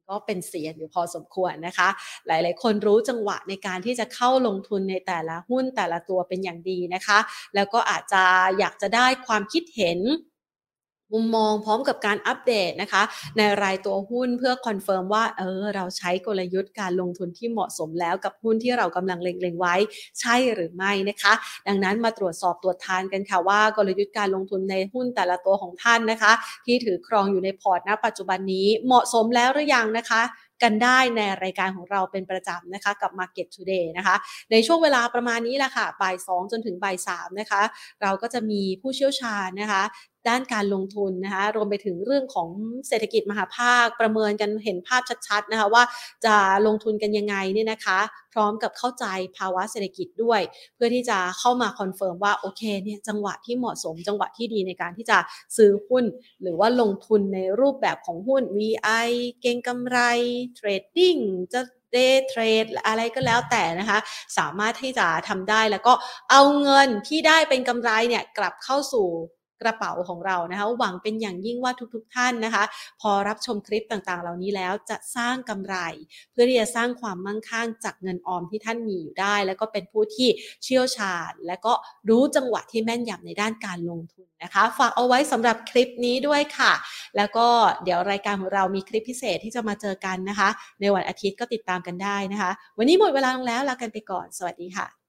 ก็เป็นเซียนอยู่พอสมควรนะคะหลายๆคนรู้จังหวะในการที่จะเข้าลงทุนในแต่ละหุ้นแต่ละตัวเป็นอย่างดีนะคะแล้วก็อาจจะอยากจะได้ความคิดเห็นมุมมองพร้อมกับการอัปเดตนะคะในรายตัวหุ้นเพื่อคอนเฟิร์มว่าเออเราใช้กลยุทธ์การลงทุนที่เหมาะสมแล้วกับหุ้นที่เรากำลังเล็งๆไว้ใช่หรือไม่นะคะดังนั้นมาตรวจสอบตรวจทานกันค่ะว่ากลยุทธ์การลงทุนในหุ้นแต่ละตัวของท่านนะคะที่ถือครองอยู่ในพอร์ตณปัจจุบันนี้เหมาะสมแล้วหรือยังนะคะกันได้ในรายการของเราเป็นประจำนะคะกับ Market Today นะคะในช่วงเวลาประมาณนี้แหละค่ะบ่ายสองจนถึงบ่ายสามนะคะเราก็จะมีผู้เชี่ยวชาญนะคะด้านการลงทุนนะคะรวมไปถึงเรื่องของเศรษฐกิจมหภาคประเมินกันเห็นภาพชัดๆนะคะว่าจะลงทุนกันยังไงเนี่ยนะคะพร้อมกับเข้าใจภาวะเศรษฐกิจด้วยเพื่อที่จะเข้ามาคอนเฟิร์มว่าโอเคเนี่ยจังหวะที่เหมาะสมจังหวะที่ดีในการที่จะซื้อหุ้นหรือว่าลงทุนในรูปแบบของหุ้น วี ไอ เก็งกำไรเทรดดิ้งจะเดย์เทรดอะไรก็แล้วแต่นะคะสามารถที่จะทำได้แล้วก็เอาเงินที่ได้เป็นกำไรเนี่ยกลับเข้าสู่กระเป๋าของเรานะคะหวังเป็นอย่างยิ่งว่าทุกๆท่านนะคะพอรับชมคลิปต่างๆเหล่านี้แล้วจะสร้างกำไรเพื่อที่จะสร้างความมั่งคั่งจากเงินออมที่ท่านมีอยู่ได้แล้วก็เป็นผู้ที่เชี่ยวชาญและก็รู้จังหวะที่แม่นยำในด้านการลงทุนนะคะฝากเอาไว้สำหรับคลิปนี้ด้วยค่ะแล้วก็เดี๋ยวรายการของเรามีคลิปพิเศษที่จะมาเจอกันนะคะในวันอาทิตย์ก็ติดตามกันได้นะคะวันนี้หมดเวลาลงแล้วลากันไปก่อนสวัสดีค่ะ